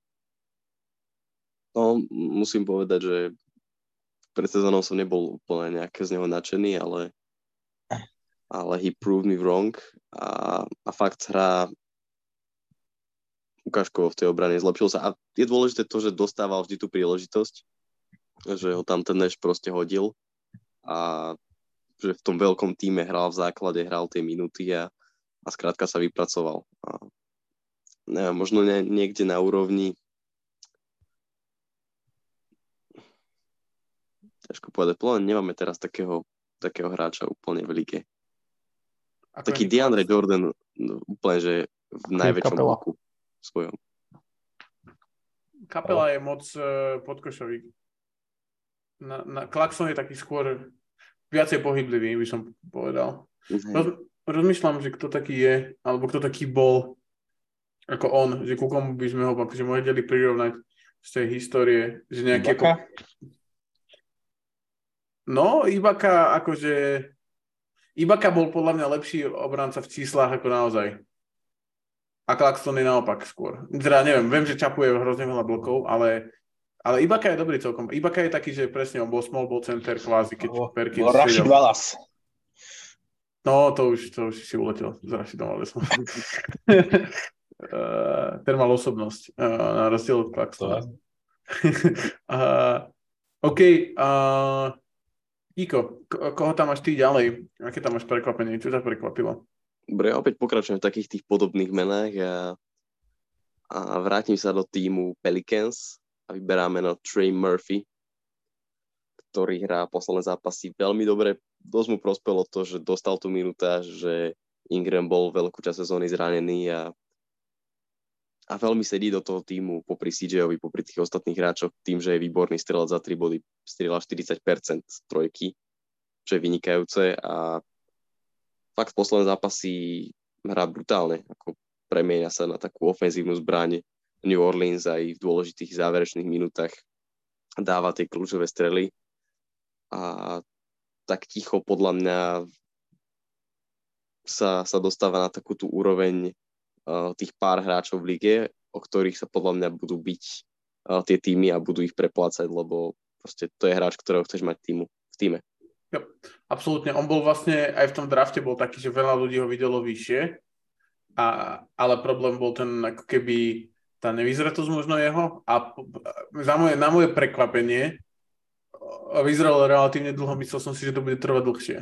Speaker 2: No, musím povedať, že pred sezónou som nebol úplne nejaké z neho nadšený, ale, ale he proved me wrong a, a fakt hrá ukážkovo v tej obrane, zlepšil sa a je dôležité to, že dostával vždy tú príležitosť, že ho tam ten Nash proste hodil a že v tom veľkom týme hral v základe, hral tie minúty a, a skrátka sa vypracoval. A, neviem, možno nie, niekde na úrovni ťažko povedať, plne nemáme teraz takého, takého hráča úplne v lige. Ako taký DeAndre Jordan no, úplne, že v najväčšom boku svojom.
Speaker 1: Kapela je moc uh, podkošový. Na, na, Claxton je taký skôr viacej pohyblivý, by som povedal.
Speaker 2: Mhm.
Speaker 1: Roz, rozmýšľam, že kto taký je, alebo kto taký bol ako on, že ku komu by sme ho akože mohli prirovnať z tej histórie, že nejaké...
Speaker 3: Ibaka?
Speaker 1: No, Ibaka akože... Ibaka bol podľa mňa lepší obranca v číslach ako naozaj. A Claxton je naopak skôr. Teda neviem, viem, že čapuje hrozne veľa blokov, ale, ale Ibaka je dobrý celkom. Ibaka je taký, že presne on bol small ball center kvázi, keď
Speaker 3: Bol
Speaker 1: Perkins...
Speaker 3: bol Rashid Wallace.
Speaker 1: No, to už, to už si uletel s Rashidom Wallaceom. uh, ten mal osobnosť, uh, na rozdiel od Claxtona. uh, OK, uh, Iko, ko- koho tam máš ty ďalej? Aké tam máš prekvapenie? Čo ťa prekvapilo?
Speaker 2: Dobre, opäť pokračujem v takých tých podobných menách a, a vrátim sa do týmu Pelicans a vyberáme na Trey Murphy, ktorý hrá posledné zápasy veľmi dobre. Dosť mu prospelo to, že dostal tú minutáž, že Ingram bol veľkú časť sezóny zranený a, a veľmi sedí do toho týmu popri cé jé-ovi, popri tých ostatných hráčoch, tým, že je výborný strelec za tri body, strieľa štyridsať percent trojky, čo je vynikajúce a fakt posledné zápasy hrá brutálne, ako premieňa sa na takú ofenzívnu zbraň New Orleans aj v dôležitých záverečných minútach dáva tie kľúčové strely a tak ticho podľa mňa sa, sa dostáva na takú tú úroveň uh, tých pár hráčov v lige, o ktorých sa podľa mňa budú byť uh, tie týmy a budú ich preplácať, lebo proste to je hráč, ktorého chceš mať týmu, v týme.
Speaker 1: Jo, absolútne. On bol vlastne aj v tom drafte bol taký, že veľa ľudí ho videlo vyššie, a, ale problém bol ten ako keby tá nevyzretosť možno jeho a za moje, na moje prekvapenie vyzeral relatívne dlho, myslel som si, že to bude trvať dlhšie.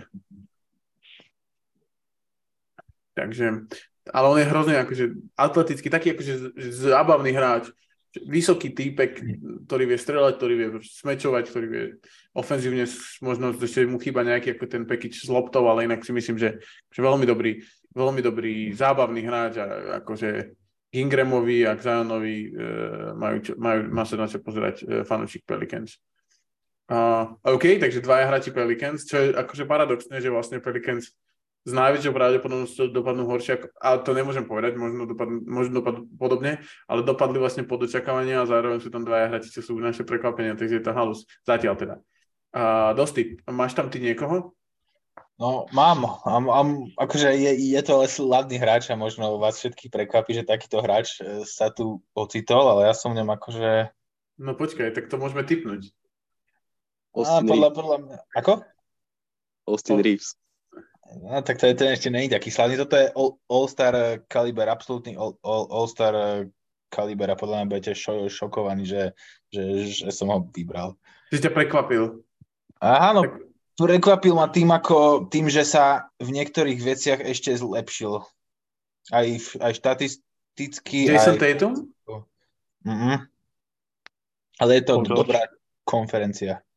Speaker 1: Takže, ale on je hrozne akože atletický, taký akože zábavný hráč, vysoký týpek, ktorý vie strieľať, ktorý vie smečovať, ktorý vie ofenzívne, možno ešte mu chýba nejaký ako ten package s loptou, ale inak si myslím, že, že veľmi dobrý, veľmi dobrý zábavný hráč a akože Ingramovi a Zionovi e, majú, čo, majú, má sa na čo pozerať e, fanúšik Pelicans. Uh, OK, takže dvaja hráči Pelicans, čo je akože paradoxné, že vlastne Pelicans s najväčšou pravdepodobnosťou dopadnú horšie, a to nemôžem povedať, možno dopadnú, možno dopadnú podobne, ale dopadli vlastne pod očakávania a zároveň sú tam dvaja hráči, čo sú naše prekvapenia, takže je to halus. Zatiaľ teda. Uh, Dosti, máš tam ty niekoho?
Speaker 3: No, mám. Am, am, akože je, je to ale slavný hráč a možno vás všetkých prekvapí, že takýto hráč sa tu ocitol, ale ja som v ňom akože...
Speaker 1: No počkaj, tak to môžeme tipnúť.
Speaker 3: Á, podľa, podľa mňa... Ako?
Speaker 2: Austin oh. Reeves.
Speaker 3: No, tak to, je, to ešte nie je taký slavný. Toto je all, all-star kaliber, absolútny all, all, all-star kaliber a podľa mňa budete šo, šokovaní, že, že, že som ho vybral.
Speaker 1: Že ťa prekvapil.
Speaker 3: Aha, no
Speaker 1: tak...
Speaker 3: prekvapil ma tým, ako, tým, že sa v niektorých veciach ešte zlepšil. Aj, aj štatisticky.
Speaker 1: Jason
Speaker 3: aj...
Speaker 1: Tatum?
Speaker 3: Mm-hmm. Ale je to
Speaker 4: Podoč.
Speaker 3: dobrá konferencia.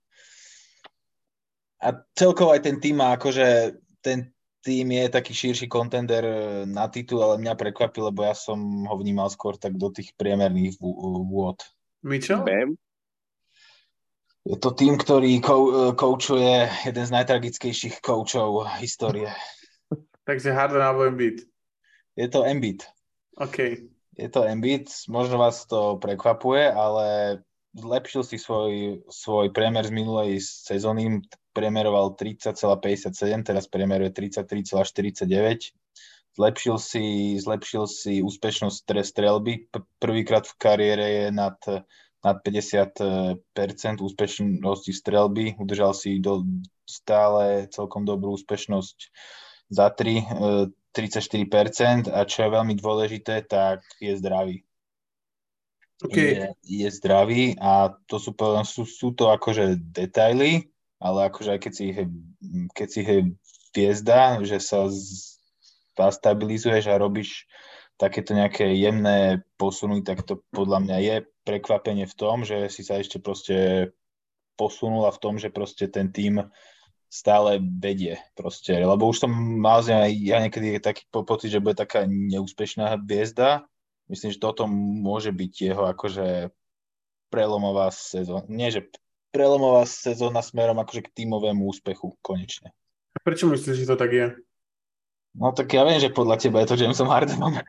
Speaker 3: A celkovo aj ten tým má akože ten tým je taký širší kontender na titul, ale mňa prekvapil, lebo ja som ho vnímal skôr tak do tých priemerných vôd.
Speaker 1: Mitchell?
Speaker 2: Bam.
Speaker 3: Je to tým, ktorý kou, koučuje jeden z najtragickejších koučov histórie.
Speaker 1: Takže Harden alebo Embiid?
Speaker 3: Je to Embiid.
Speaker 1: OK.
Speaker 3: Je to Embiid, možno vás to prekvapuje, ale zlepšil si svoj, svoj priemer z minulej sezóny, priemeroval tridsať celá päťdesiatsedem, teraz priemeruje tridsaťtri celá štyridsaťdeväť. Zlepšil si, zlepšil si úspešnosť strelby. Prvýkrát v kariére je nad, nad päťdesiat percent úspešnosti strelby. Udržal si do, stále celkom dobrú úspešnosť za tri, tridsaťštyri percent a čo je veľmi dôležité, tak je zdravý.
Speaker 1: Okay.
Speaker 3: Je, je zdravý a to sú, sú, sú to akože detaily, ale akože aj keď si je, keď si je hviezda, že sa stabilizuješ a robíš takéto nejaké jemné posuny, tak to podľa mňa je prekvapenie v tom, že si sa ešte proste posunula v tom, že proste ten tím stále vedie proste, lebo už som mal aj ja niekedy taký pocit, že bude taká neúspešná hviezda. Myslím, že toto môže byť jeho akože prelomová sezóna. Nie, že prelomová sezóna smerom akože k tímovému úspechu, konečne.
Speaker 1: A prečo myslíš, že to tak je?
Speaker 3: No tak ja viem, že podľa teba je to Jamesom Hardenom.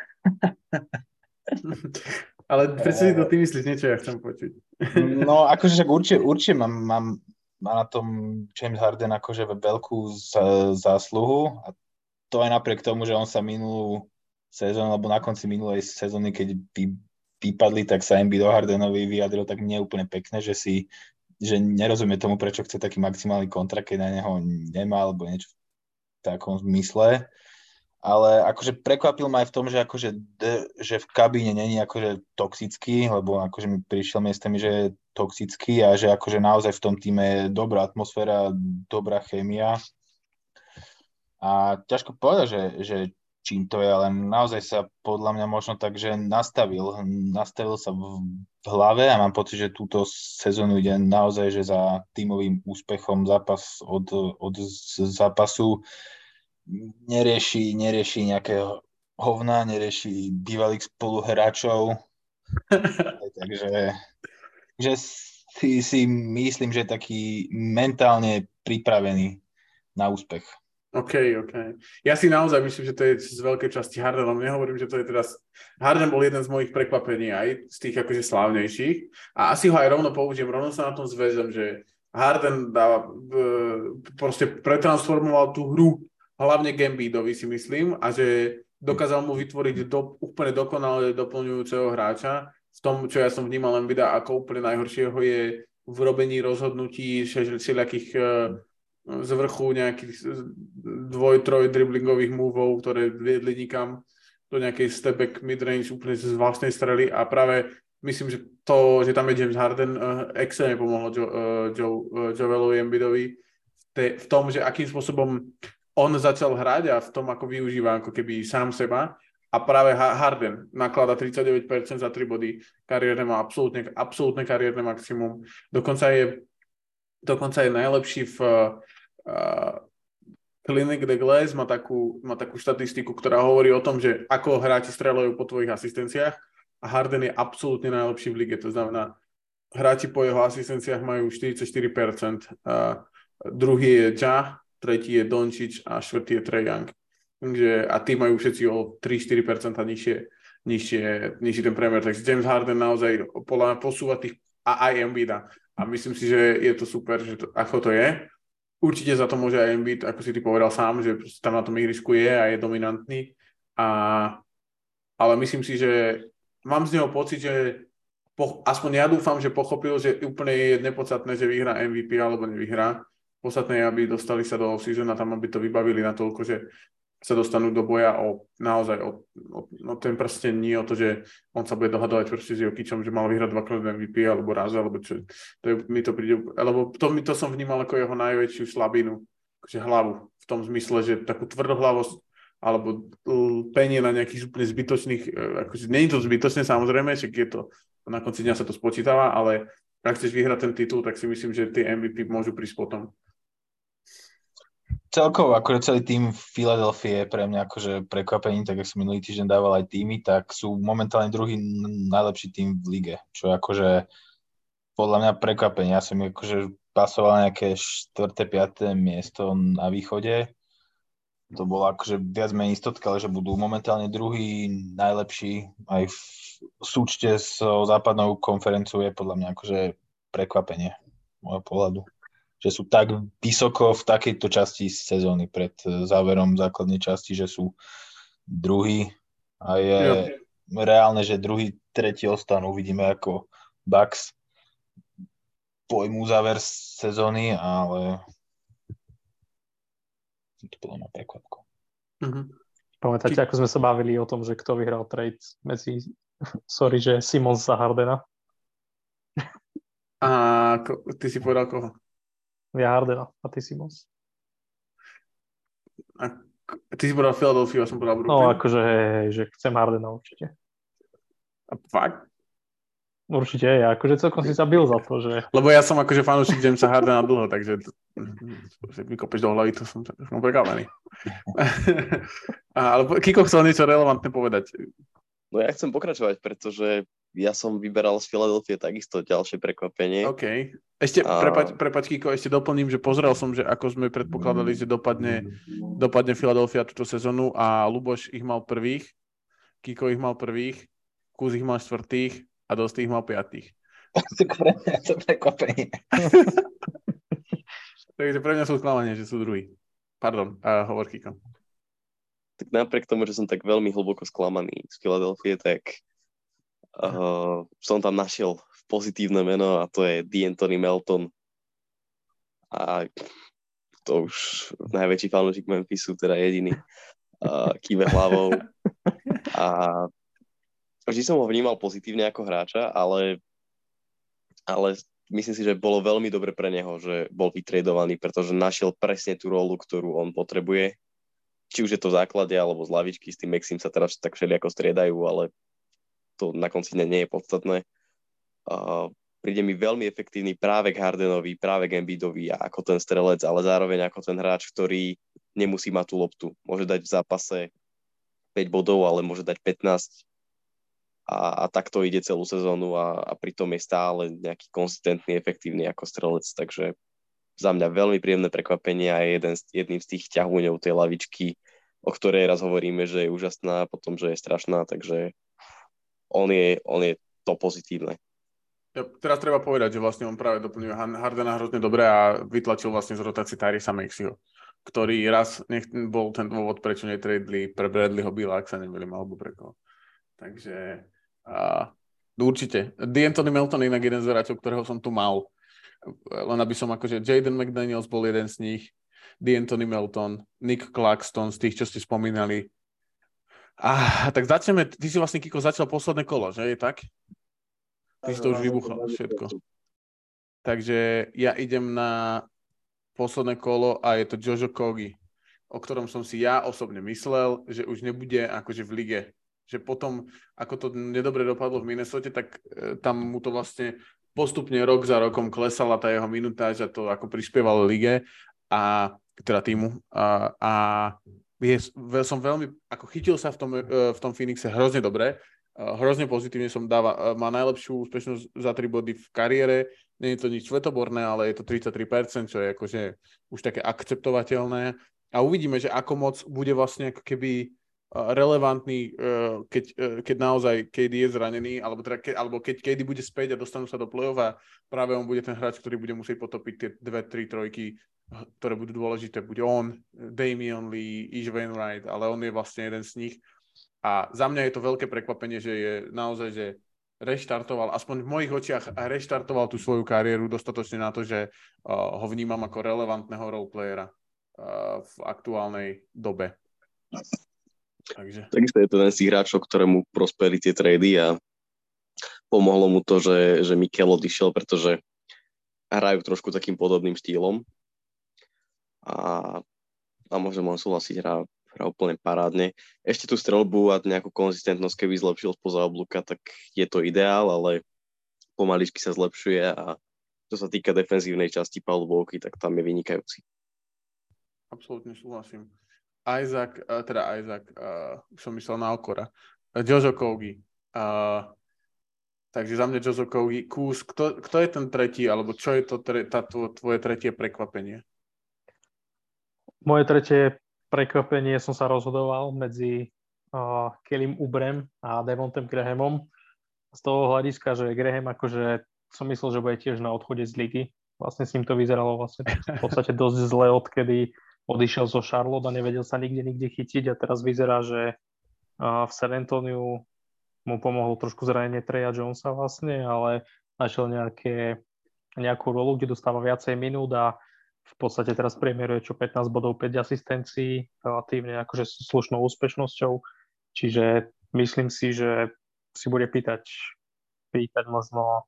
Speaker 1: Ale prečo si to ty myslíš? Niečo ja chcem počuť.
Speaker 3: No akože však určite, určite mám, mám, mám na tom James Harden akože veľkú zásluhu a to aj napriek tomu, že on sa minulú sezónu, alebo na konci minulej sezóny, keď vy, vypadli, tak sa Embiid o Hardenovi vyjadril tak nie úplne pekne, že si že nerozumie tomu, prečo chce taký maximálny kontrakt, keď na neho nemá, alebo niečo v takom zmysle. Ale akože prekvapil ma aj v tom, že, akože, že v kabíne není akože toxický, lebo akože mi prišiel miestami, že je toxický a že akože naozaj v tom týme je dobrá atmosféra, dobrá chémia. A ťažko povedať, že, že čím to je, ale naozaj sa podľa mňa možno tak, že nastavil. Nastavil sa v, v hlave a mám pocit, že túto sezónu ide naozaj, že za tímovým úspechom zápas od, od zápasu nerieši, nerieši nejaké hovna, nerieši bývalých spoluhráčov. Takže že si, si myslím, že je taký mentálne pripravený na úspech.
Speaker 1: OK, OK. Ja si naozaj myslím, že to je z veľkej časti Hardenom. Nehovorím, že to je teraz... Harden bol jeden z mojich prekvapení aj z tých akože slávnejších. A asi ho aj rovno použijem, rovno sa na tom zväzem, že Harden dáva, proste pretransformoval tú hru hlavne Embiidovi, si myslím, a že dokázal mu vytvoriť do, úplne dokonale doplňujúceho hráča. V tom, čo ja som vnímal Embiida ako úplne najhoršieho, je v robení rozhodnutí všelijakých z vrchu nejakých dvoj, troj driblingových moveov, ktoré viedli nikam do nejakej step-back midrange úplne z vlastnej strely a práve myslím, že to, že tam je James Harden, uh, extrémne pomohlo jo, uh, Joe, uh, Joelovi Embiidovi v, te, v tom, že akým spôsobom on začal hrať a v tom, ako využíva ako keby sám seba a práve Harden naklada tridsaťdeväť percent za tri body, kariérne má absolútne, absolútne kariérne maximum, dokonca je dokonca je najlepší v uh, Clinic the Glass, má takú, má takú štatistiku, ktorá hovorí o tom, že ako hráči strieľajú po tvojich asistenciách a Harden je absolútne najlepší v lige, to znamená, hráči po jeho asistenciách majú štyridsaťštyri percent, uh, druhý je Ja, tretí je Doncic a štvrtý je Trae Young. Takže, a tí majú všetci o tri až štyri percentá nižšie, nižšie, nižší ten priemer, takže James Harden naozaj podľa mňa posúva tých a aj Embiida. A myslím si, že je to super, že to, ako to je. Určite za to môže aj Embiid, ako si ty povedal sám, že tam na tom ihrisku je a je dominantný. A, ale myslím si, že mám z neho pocit, že po, aspoň ja dúfam, že pochopil, že úplne je nepodstatné, že vyhrá em ví pí alebo nevyhrá. Podstatné je, aby dostali sa do off-season a tam, aby to vybavili natoľko, že sa dostanú do boja o naozaj o, o, o ten prsten, nie o to, že on sa bude dohadovať proste s Jokičom, že mal vyhrať dvakrát em ví pí alebo raz, alebo čo. To je, mi to príde, alebo to, to som vnímal ako jeho najväčšiu slabinu, akože hlavu, v tom zmysle, že takú tvrdohlavosť alebo penie na nejakých úplne zbytočných, akože nie je to zbytočné samozrejme, však je to, na konci dňa sa to spočítava, ale ak chceš vyhrať ten titul, tak si myslím, že tie em ví pí môžu prísť potom.
Speaker 3: Celkovo, akože celý tým Philadelphia je pre mňa akože prekvapením, tak ako som minulý týždeň dával aj týmy, tak sú momentálne druhý najlepší tým v lige, čo je akože podľa mňa prekvapenie. Ja som akože pasoval nejaké štvrté piate miesto na východe. To bolo akože viac menej istotka, ale že budú momentálne druhý najlepší aj v súčte s západnou konferenciou je podľa mňa akože prekvapenie môjho pohľadu. Že sú tak vysoko v takejto časti sezóny pred záverom základnej časti, že sú druhý a je jo. reálne, že druhý, tretí ostanú. Uvidíme, ako Bucks pojmú záver sezóny, ale to bolo na prekvapko.
Speaker 4: Mm-hmm. Pamätáte, ako sme sa bavili o tom, že kto vyhral trade medzi, sorry, že Simons a Hardena?
Speaker 1: A ty si povedal koho?
Speaker 4: Ja Hardena a ty Simons.
Speaker 1: A ty si povedal Philadelphia, ja som povedal Brooklyn.
Speaker 4: No akože, hej, že chcem Hardena určite.
Speaker 1: A fakt?
Speaker 4: Určite, ja akože celkom si sa bil za to, že...
Speaker 1: Lebo ja som akože fanúšik Jamesa Hardena dlho, takže to, mi kopeš do hlavy, to som trošku prekavaný. Ale Kiko chcel niečo relevantné povedať.
Speaker 2: No ja chcem pokračovať, pretože ja som vyberal z Filadelfie takisto ďalšie prekvapenie.
Speaker 1: OK. Ešte,
Speaker 2: A...
Speaker 1: prepač, prepač, Kiko, ešte doplním, že pozrel som, že ako sme predpokladali, že dopadne, dopadne Filadelfia túto sezónu a Luboš ich mal prvých, Kiko ich mal prvých, Kuz ich mal štvrtých a Dost ich mal piatých.
Speaker 3: Tak pre mňa to prekvapenie.
Speaker 1: Takže pre mňa sú sklamanie, že sú druhí. Pardon, uh, hovor Kiko.
Speaker 2: Tak napriek tomu, že som tak veľmi hlboko sklamaný z Filadelfie, tak uh, som tam našiel pozitívne meno a to je D'Anthony Melton. A to už najväčší fanúšik Memphisu, teda jediný, uh, kýve hlavou. A vždy som ho vnímal pozitívne ako hráča, ale, ale myslím si, že bolo veľmi dobre pre neho, že bol vytredovaný, pretože našiel presne tú rolu, ktorú on potrebuje. Či už je to v základe, alebo z lavičky, s tým Maxim sa teraz tak všelijako striedajú, ale to na konci dňa nie je podstatné. Uh, príde mi veľmi efektívny práve k Hardenovi, práve k Embiidovi ako ten strelec, ale zároveň ako ten hráč, ktorý nemusí mať tú loptu. Môže dať v zápase päť bodov, ale môže dať pätnásť a, a takto ide celú sezónu a, a pritom je stále nejaký konzistentný, efektívny ako strelec, takže za mňa veľmi príjemné prekvapenie a je jeden z, jedným z tých ťahúňov tej lavičky, o ktorej raz hovoríme, že je úžasná, potom, že je strašná, takže on je, on je to pozitívne.
Speaker 1: Ja, teraz treba povedať, že vlastne on práve doplňuje Hardena hrozne dobre a vytlačil vlastne z rotácie Tyresa Maxeyho, ktorý raz nech, bol ten dôvod, prečo netradeli pre Bradleyho Billa, ak sa nemýlim, alebo pre koho. Takže uh, určite. D'Anthony Melton je inak jeden z hráčov, ktorého som tu mal. Len aby som akože Jaden McDaniels bol jeden z nich, D'Anthony Melton, Nick Claxton, z tých, čo ste spomínali. A tak začneme, ty si vlastne, Kiko, začal posledné kolo, že je tak? Ty si to už vybuchol všetko. Takže ja idem na posledné kolo a je to Josh Okogie, o ktorom som si ja osobne myslel, že už nebude akože v lige. Že potom, ako to nedobre dopadlo v Minnesote, tak e, tam mu to vlastne postupne rok za rokom klesala tá jeho minutáž a to ako prispieval lige a teda týmu a, a je, som veľmi, ako chytil sa v tom, v tom Phoenixe hrozne dobre, hrozne pozitívne som dáva, má najlepšiu úspešnosť za tri body v kariére, nie je to nič svetoborné, ale je to tridsaťtri percent, čo je akože už také akceptovateľné a uvidíme, že ako moc bude vlastne ako keby relevantný, keď, keď naozaj K D je zranený, alebo, teda ke, alebo keď K D bude späť a dostanú sa do play-off a práve on bude ten hráč, ktorý bude musieť potopiť tie dve, tri trojky, ktoré budú dôležité. Bude on, Damian Lee, Ish Wainwright, ale on je vlastne jeden z nich. A za mňa je to veľké prekvapenie, že je naozaj, že reštartoval, aspoň v mojich očiach reštartoval tú svoju kariéru dostatočne na to, že ho vnímam ako relevantného roleplayera v aktuálnej dobe. Takže.
Speaker 2: Takisto je to jeden z tých hráčov, ktorému prospeli tie trady a pomohlo mu to, že, že Mikel odišiel, pretože hrajú trošku takým podobným štýlom a, a môžem len súhlasiť, hrá, hrá úplne parádne. Ešte tú streľbu a nejakú konzistentnosť, keby zlepšil spoza oblúka, tak je to ideál, ale pomaličky sa zlepšuje a čo sa týka defenzívnej časti Paul Walky, tak tam je vynikajúci.
Speaker 1: Absolútne súhlasím. Isaac, teda Isaac, uh, som myslel na Okora. Josh Okogie. Uh, takže za mňa Josh Okogie. Kús, kto, kto je ten tretí, alebo čo je to tre, tá, tvoje tretie prekvapenie?
Speaker 4: Moje tretie prekvapenie som sa rozhodoval medzi uh, Kellym Oubrem a Devontem Grahamom. Z toho hľadiska, že Graham akože som myslel, že bude tiež na odchode z ligy. Vlastne s ním to vyzeralo vlastne v podstate dosť zle, odkedy odišiel zo Charlotte a nevedel sa nikde nikde chytiť a teraz vyzerá, že v San Antoniu mu pomohlo trošku zranenie Treya Jonesa vlastne, ale našiel nejaké, nejakú rolu, kde dostáva viacej minút a v podstate teraz priemeruje čo pätnásť bodov, päť asistencií, relatívne akože slušnou úspešnosťou. Čiže myslím si, že si bude pýtať, pýtať možno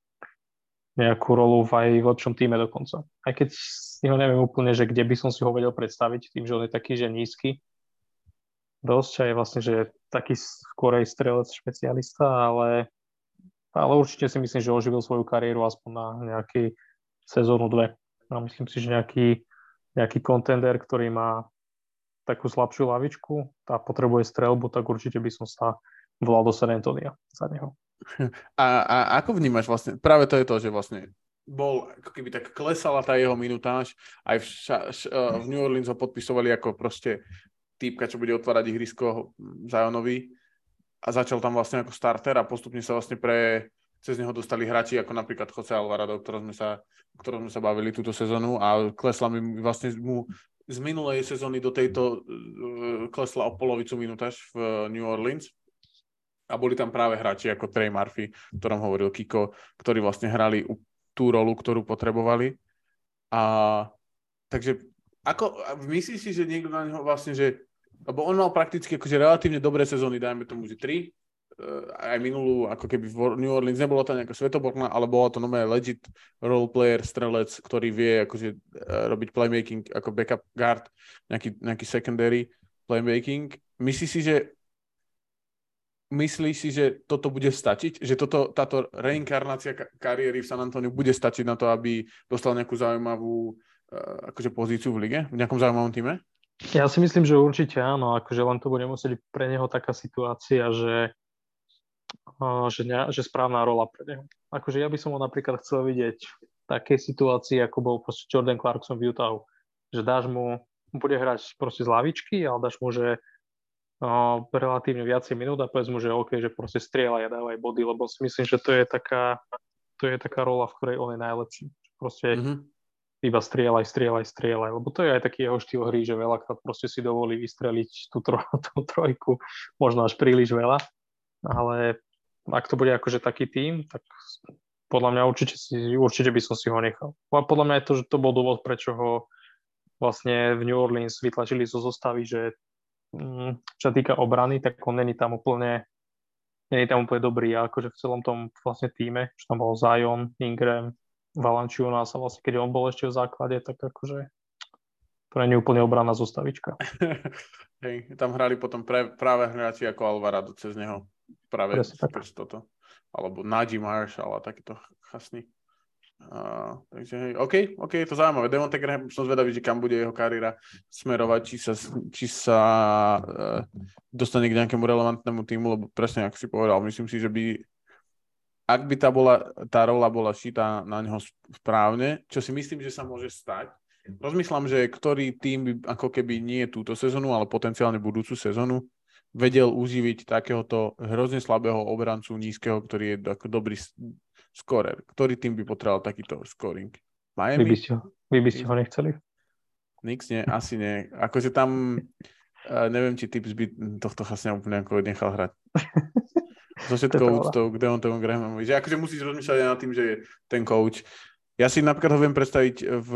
Speaker 4: nejakú rolu v aj v lepšom týme dokonca. Aj keď si ho neviem úplne, že kde by som si ho vedel predstaviť, tým, že on je taký, že nízky. Dosť a je vlastne, že taký skorej strelec špecialista, ale, ale určite si myslím, že oživil svoju kariéru aspoň na nejaký sezónu dve. A myslím si, že nejaký, nejaký contender, ktorý má takú slabšiu lavičku a potrebuje streľbu, tak určite by som sa volal do San Antonia za neho.
Speaker 1: A, a ako vnímaš vlastne, práve to je to, že vlastne bol, ako keby tak klesala tá jeho minutáž, aj v, ša, š, v New Orleans ho podpisovali ako proste týpka, čo bude otvárať ihrisko Zionovi a začal tam vlastne ako starter a postupne sa vlastne pre, cez neho dostali hráči ako napríklad Jose Alvarado, o ktorom sme sa, o ktorom sme sa bavili túto sezónu a klesla mi vlastne mu z minulej sezóny do tejto klesla o polovicu minutáž v New Orleans. A boli tam práve hráči ako Trey Murphy, o ktorom hovoril Kiko, ktorí vlastne hrali tú rolu, ktorú potrebovali. A takže ako, myslíš si, že niekto na neho vlastne, že lebo on mal prakticky akože relatívne dobré sezóny, dajme tomu, že tri, aj minulú, ako keby v New Orleans nebola to nejaká svetoborná, ale bola to nové legit role player, strelec, ktorý vie akože robiť playmaking ako backup guard, nejaký, nejaký secondary playmaking. Myslíš si, že Myslíš si, že toto bude stačiť? Že toto, táto reinkarnácia kariéry v San Antoniu bude stačiť na to, aby dostal nejakú zaujímavú uh, akože pozíciu v lige? V nejakom zaujímavom týme?
Speaker 4: Ja si myslím, že určite áno. Akože len to bude musieť pre neho taká situácia, že, uh, že, ne, že správna rola pre neho. Akože ja by som ho napríklad chcel vidieť v takej situácii, ako bol proste Jordan Clarkson v Utahu. Že dáš mu, bude hrať proste z lavičky, ale dáš mu, že Uh, relatívne viacej minút a povedz mu, že OK, že proste strieľaj a dávaj body, lebo si myslím, že to je taká, to je taká rola, v ktorej on je najlepší. Proste mm-hmm. iba strieľaj, strieľaj, strieľaj, lebo to je aj taký jeho štýl hry, že veľakrát proste si dovolí vystreliť tú, tro, tú trojku, možno až príliš veľa, ale ak to bude akože taký tím, tak podľa mňa určite, si, určite by som si ho nechal. A podľa mňa je to, že to bol dôvod, prečo ho vlastne v New Orleans vytlačili zo zostavy, že čo sa týka obrany, tak on není tam úplne není tam úplne dobrý, a akože v celom tom vlastne týme, že tam bol Zion, Ingram, Valanciunas a vlastne keď on bol ešte v základe, tak akože to nie je úplne obranná zostavička.
Speaker 1: Hej, tam hrali potom pre, práve hráči ako Alvarado cez neho, práve cez toto, alebo Najee Marshall a takýto chasný. Uh, takže hej, OK, OK, je to zaujímavé. Devonte Graham, som zvedavý, že kam bude jeho kariéra smerovať, či sa, či sa uh, dostane k nejakému relevantnému týmu, lebo presne, ako si povedal, myslím si, že by ak by tá, bola, tá rola bola šitá na neho správne, čo si myslím, že sa môže stať. Rozmýšľam, že ktorý tým by ako keby nie túto sezónu, ale potenciálne budúcu sezónu vedel uživiť takéhoto hrozne slabého obrancu nízkeho, ktorý je ako dobrý scorer. Ktorý tým by potreboval takýto scoring? Miami?
Speaker 4: Vy by ste ho, vy by ste ho nechceli?
Speaker 1: Nix nie, asi nie. Akože tam, uh, neviem, či Tips by tohto chasňa úplne ako nechal hrať. So všetkou úctou, kde on tomu Grahamovi. Že akože musíš rozmýšľať aj nad tým, že je ten coach. Ja si napríklad ho viem predstaviť v...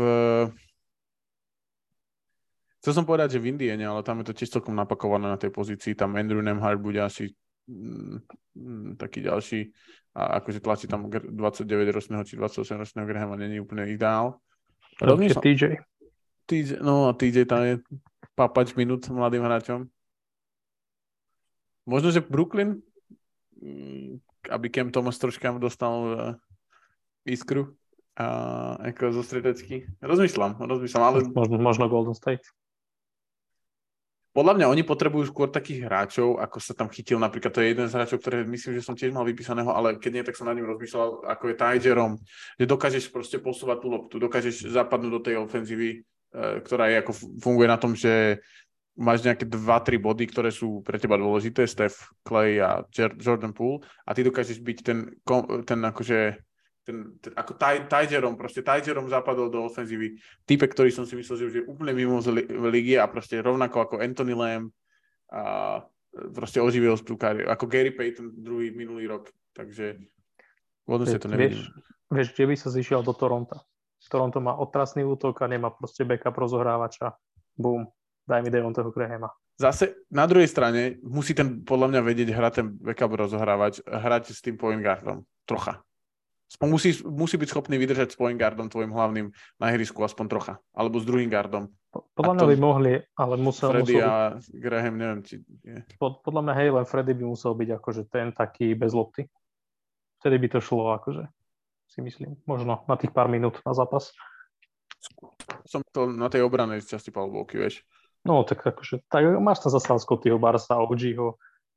Speaker 1: Chcel som povedať, že v Indiene, ale tam je to tiež celkom napakované na tej pozícii. Tam Andrew Nembhard bude asi mm, taký ďalší. A akože tlačí tam dvadsaťdeväťročného či dvadsaťosemročného Grahama, není úplne ideál.
Speaker 4: Rozmýšľam. té jé.
Speaker 1: té jé. No a té jé tam je papač minút mladým hráčom. Možno, že Brooklyn, aby Cam Thomas troška dostal uh, iskru a ako zo stredačky. Rozmýšľam, rozmýšľam, ale...
Speaker 4: Možno, možno Golden State.
Speaker 1: Podľa mňa oni potrebujú skôr takých hráčov, ako sa tam chytil, napríklad to je jeden z hráčov, ktoré myslím, že som tiež mal vypísaného, ale keď nie, tak som nad ním rozmýšľal, ako je Ty Jerome, že dokážeš proste posúvať tú loptu, dokážeš zapadnúť do tej ofenzívy, ktorá je ako funguje na tom, že máš nejaké dva tri body, ktoré sú pre teba dôležité, Steph, Clay a Jordan Poole, a ty dokážeš byť ten, ten akože Ten, ten, ako Tygerom, proste Tygerom zapadol do ofenzívy. Týpek, ktorý som si myslel, že už je úplne mimo z ligy a proste rovnako ako Anthony Lamb a proste oživil tú kariéru. Ako Gary Payton druhý minulý rok. Takže vodu sa to nevidím.
Speaker 4: Vieš, vieš, kde by sa zišiel do Toronta? Toronto má otrasný útok a nemá proste backup rozohrávača. Boom. Daj mi Devonteho Grahama.
Speaker 1: Zase na druhej strane musí ten podľa mňa vedieť hrať ten backup rozohrávač, hrať s tým point guardom. Trocha. Musí, musí byť schopný vydržať s point guardom tvojim hlavným na ihrisku aspoň trocha. Alebo s druhým guardom.
Speaker 4: Podľa mňa by mohli, ale musel...
Speaker 1: Freddy
Speaker 4: musel
Speaker 1: a byť... Graham, neviem, či...
Speaker 4: Pod, podľa mňa, hej, len Freddy by musel byť akože ten taký bez lopty. Vtedy by to šlo, akože, si myslím. Možno na tých pár minút na zápas.
Speaker 1: Som to na tej obranej časti palbovky, vieš.
Speaker 4: No, tak akože, tak máš tam zase Scottyho Barsa, ó gého,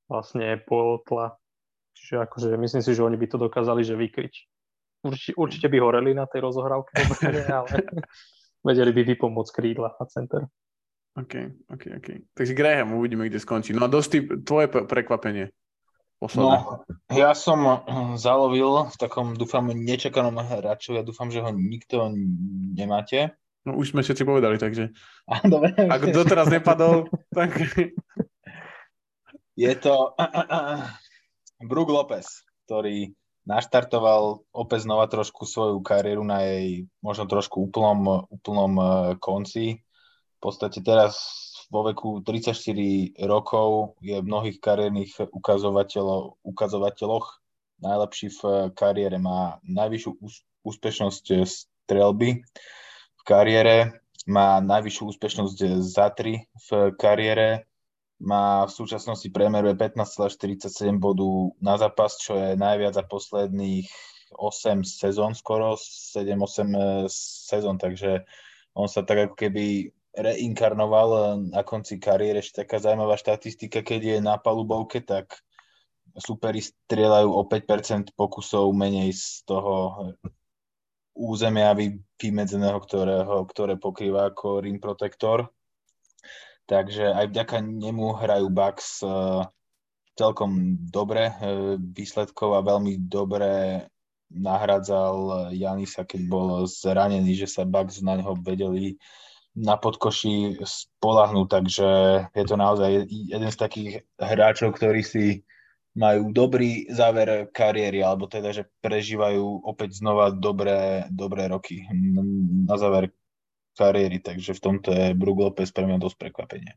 Speaker 4: vlastne polotla. Čiže akože myslím si, že oni by to dokázali, že vykryť. Určite, určite by horeli na tej rozohrávke, ale vedeli by vypomôcť krídla a center.
Speaker 1: OK, OK, OK. Takže Graham, uvidíme, kde skončí. No a dosť tvoje prekvapenie. Posledné.
Speaker 3: No, ja som zalovil v takom, dúfam, nečakanom hráču. Ja dúfam, že ho nikto nemáte.
Speaker 1: No už sme všetci povedali, takže
Speaker 3: A, dobre.
Speaker 1: Ak doteraz nepadol, tak...
Speaker 3: Je to Brook Lopez, ktorý naštartoval opäť znova trošku svoju kariéru na jej možno trošku úplnom, úplnom konci. V podstate teraz vo veku tridsaťštyri rokov je v mnohých kariérnych ukazovateľov, ukazovateľoch najlepší v kariére. Má najvyššiu úspešnosť streľby v kariére, má najvyššiu úspešnosť za tri v kariére, má v súčasnosti priemeruje pätnásť celá štyridsaťsedem bodu na zápas, čo je najviac za posledných osem sezón, skoro sedem osem sezón, takže on sa tak ako keby reinkarnoval na konci kariéry. Ešte taká zaujímavá štatistika, keď je na palubovke, tak superi strieľajú o päť percent pokusov menej z toho územia vymedzeného, ktorého, ktoré pokrýva ako rim protector. Takže aj vďaka nemu hrajú Bucks uh, celkom dobre uh, výsledkov a veľmi dobre nahradzal Janisa, keď bol zranený, že sa Bucks na neho vedeli na podkoši spoľahnúť. Takže je to naozaj jeden z takých hráčov, ktorí si majú dobrý záver kariéry, alebo teda, že prežívajú opäť znova dobré, dobré roky na záver kariéry, takže v tomto je Brook Lopez pre mňa dosť prekvapenie.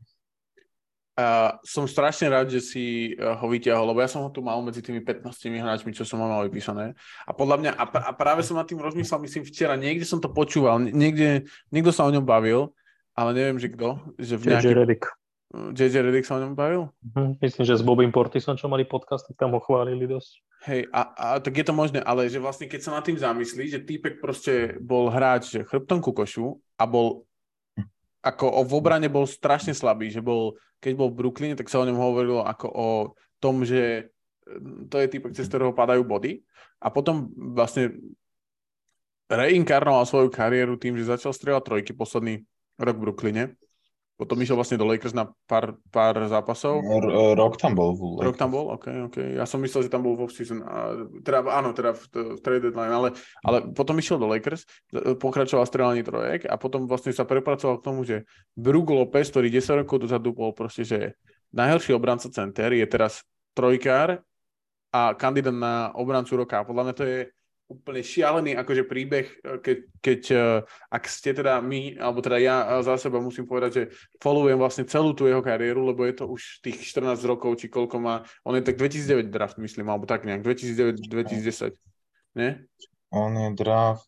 Speaker 1: Uh, som strašne rád, že si uh, ho vyťahol, lebo ja som ho tu mal medzi tými pätnástimi hráčmi, čo som mal vypísané. A podľa mňa, a, a práve som nad tým rozmýšľal, myslím včera, niekde som to počúval, niekde, niekto sa o ňom bavil, ale neviem, že kto. Že v nejaký...
Speaker 4: J J Redick.
Speaker 1: J J Redick sa o ňom bavil?
Speaker 4: Uh-huh. Myslím, že s Bobom Portisom, čo mali podcast, tak tam ho chválili dosť.
Speaker 1: Hej, a, a tak je to možné, ale že vlastne keď sa nad tým zamyslí, že týpek proste bol hráč že chrbtom ku košu a bol ako v obrane bol strašne slabý, že bol, keď bol v Brooklyne, tak sa o ňom hovorilo ako o tom, že to je týpek, cez ktorého padajú body a potom vlastne reinkarnoval svoju kariéru tým, že začal strieľať trojky posledný rok v Brooklyne. Potom išiel vlastne do Lakers na pár, pár zápasov.
Speaker 3: R- rok tam bol. V
Speaker 1: rok tam bol? OK, OK. Ja som myslel, že tam bol v off-season. Teda, áno, teda v, v trade deadline, ale, ale potom išiel do Lakers, pokračoval strieľaní trojek a potom vlastne sa prepracoval k tomu, že Brook Lopez, ktorý desať rokov dozadu bol proste, že najhorší obranca center, je teraz trojkár a kandidát na obrancu roka. Podľa mňa to je úplne šialený akože príbeh, keď, keď ak ste teda my, alebo teda ja za seba musím povedať, že followujem vlastne celú tú jeho kariéru, lebo je to už tých štrnásť rokov, či koľko má, on je tak dvetisícdeväť draft, myslím, alebo tak nejak, dvetisícdeväť dvetisícdesať, nie?
Speaker 3: On je draft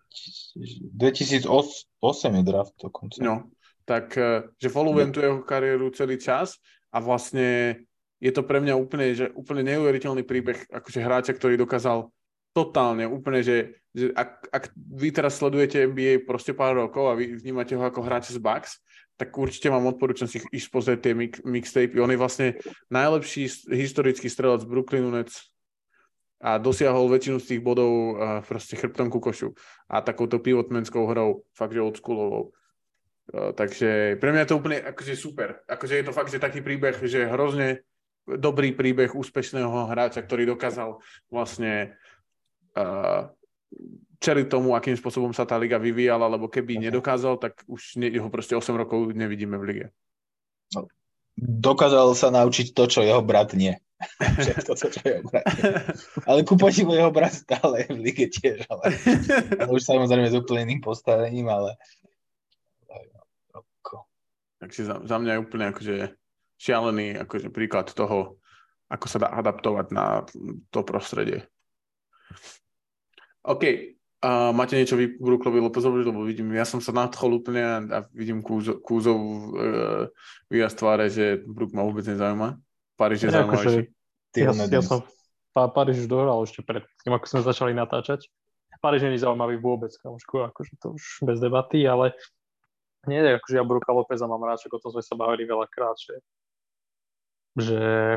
Speaker 3: dvetisícosem je draft dokonca.
Speaker 1: No, tak, že followujem tú jeho kariéru celý čas a vlastne je to pre mňa úplne, že úplne neuveriteľný príbeh akože hráča, ktorý dokázal totálne, úplne, že, že ak, ak vy teraz sledujete N B A proste pár rokov a vy vnímate ho ako hráča z Bucks, tak určite vám odporúčam si ísť pozrieť tie mix, mixtapy. On je vlastne najlepší historický strelec z Brooklynu Nets a dosiahol väčšinu z tých bodov uh, proste chrbtom ku košu a takouto pivotmenskou hrou, fakt, že oldschoolovou. Uh, takže pre mňa je to úplne akože super. Akože je to fakt, že taký príbeh, že hrozne dobrý príbeh úspešného hráča, ktorý dokázal vlastne Uh, čeliť tomu, akým spôsobom sa tá liga vyvíjala, lebo keby nedokázal, tak už ne, ho proste osem rokov nevidíme v lige.
Speaker 3: No, dokázal sa naučiť to, čo jeho brat nie. Všetko to, čo jeho brat nie. Ale ku podivu jeho brat stále v lige tiež, ale, ale už samozrejme s úplne iným postavením, ale
Speaker 1: takže za, za mňa je úplne akože šialený akože príklad toho, ako sa dá adaptovať na to prostredie. OK, uh, máte niečo vy Brookovi Lopezovi, lebo vidím, ja som sa nadchol úplne a, a vidím Kúzo, Kúzov uh, výraz tváre, že Brook ma vôbec nezaujíma. Paríž je zaujímavejší.
Speaker 4: Ja, ja som Paríž už dohral ešte pred tým, ako sme začali natáčať. Paríž nie je zaujímavý vôbec, kamošku, akože to už bez debaty, ale nie, akože ja Brooka Lopeza mám rád, ako to sme sa bavili veľakrát, že, že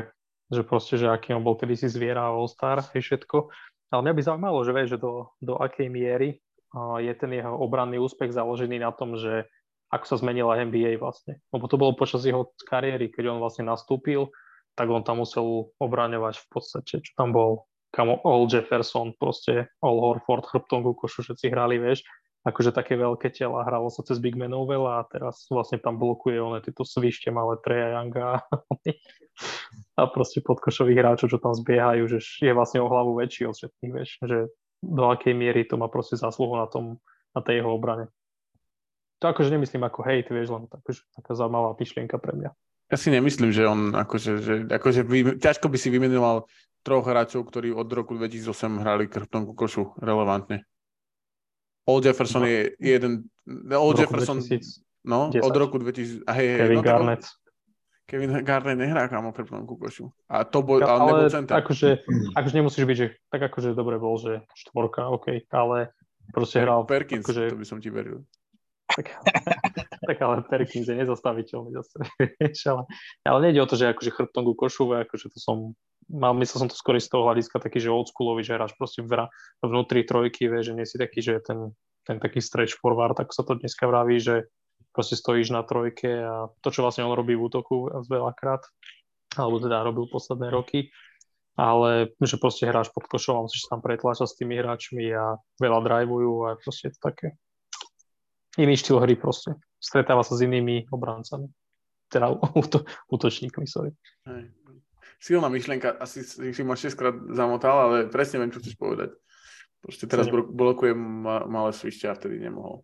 Speaker 4: že proste, že aký on bol kedysi zviera All-Star a všetko. Ale mňa by zaujímalo, že vieš, že do, do akej miery uh, je ten jeho obranný úspech založený na tom, že ako sa zmenila en bí ej vlastne. Lebo to bolo počas jeho kariéry, keď on vlastne nastúpil, tak on tam musel obraňovať v podstate, čo tam bol, kamo Al Jefferson, proste Al Horford, chrbtom ku košu, všetci hrali, vieš, akože také veľké tela, hralo sa cez big manov veľa a teraz vlastne tam blokuje one tieto svište malé Treja Younga a proste podkošových hráčov, čo tam zbiehajú, že je vlastne o hlavu väčší od všetkých, vieš, že do akej miery to má proste zásluhu na tom, na tej jeho obrane. To akože nemyslím ako hejt, vieš, len tak, taká zaujímavá myšlienka pre mňa.
Speaker 1: Ja si nemyslím, že on akože, že, akože vy, ťažko by si vymenoval troch hráčov, ktorí od roku dvetisícosem hrali krptom ku košu relevantne. Al Jefferson no. je jeden... Al Jefferson... No, od roku dvetisíc... A hej, hej,
Speaker 4: Kevin
Speaker 1: no,
Speaker 4: Garnett.
Speaker 1: Kevin Garnett nehrá kámo krptom ku košu. A to bol... Ja, ale nebol center.
Speaker 4: Akože, akože nemusíš byť, že tak akože dobre bol, že štvorka, okej, okay, ale proste hral...
Speaker 1: Perkins,
Speaker 4: akože,
Speaker 1: to by som ti veril.
Speaker 4: Tak, tak ale Perkins je nezastaviteľný zase, ale, ale nejde o to, že akože chrbtom ku košu, akože to som, mal, myslel som to skôr z toho hľadiska taký, že oldschoolový, že hráš proste vra, vnútri trojky, vie, že nie si taký, že ten, ten taký stretch forward, tak sa to dneska vraví, že proste stojíš na trojke a to, čo vlastne on robí v útoku veľakrát, alebo teda robil posledné roky, ale že proste hráš pod košom a musíš tam pretláčať s tými hráčmi a veľa driveujú a proste je to také iný štýl hry proste. Stretáva sa s inými obrancami. Teda úto, útočníkmi, sorry.
Speaker 1: Hej. Silná myšlienka, asi si ma šesťkrát zamotal, ale presne viem, čo chceš povedať. Proste teraz Cením. blokujem ma, malé svišťa a vtedy nemohol.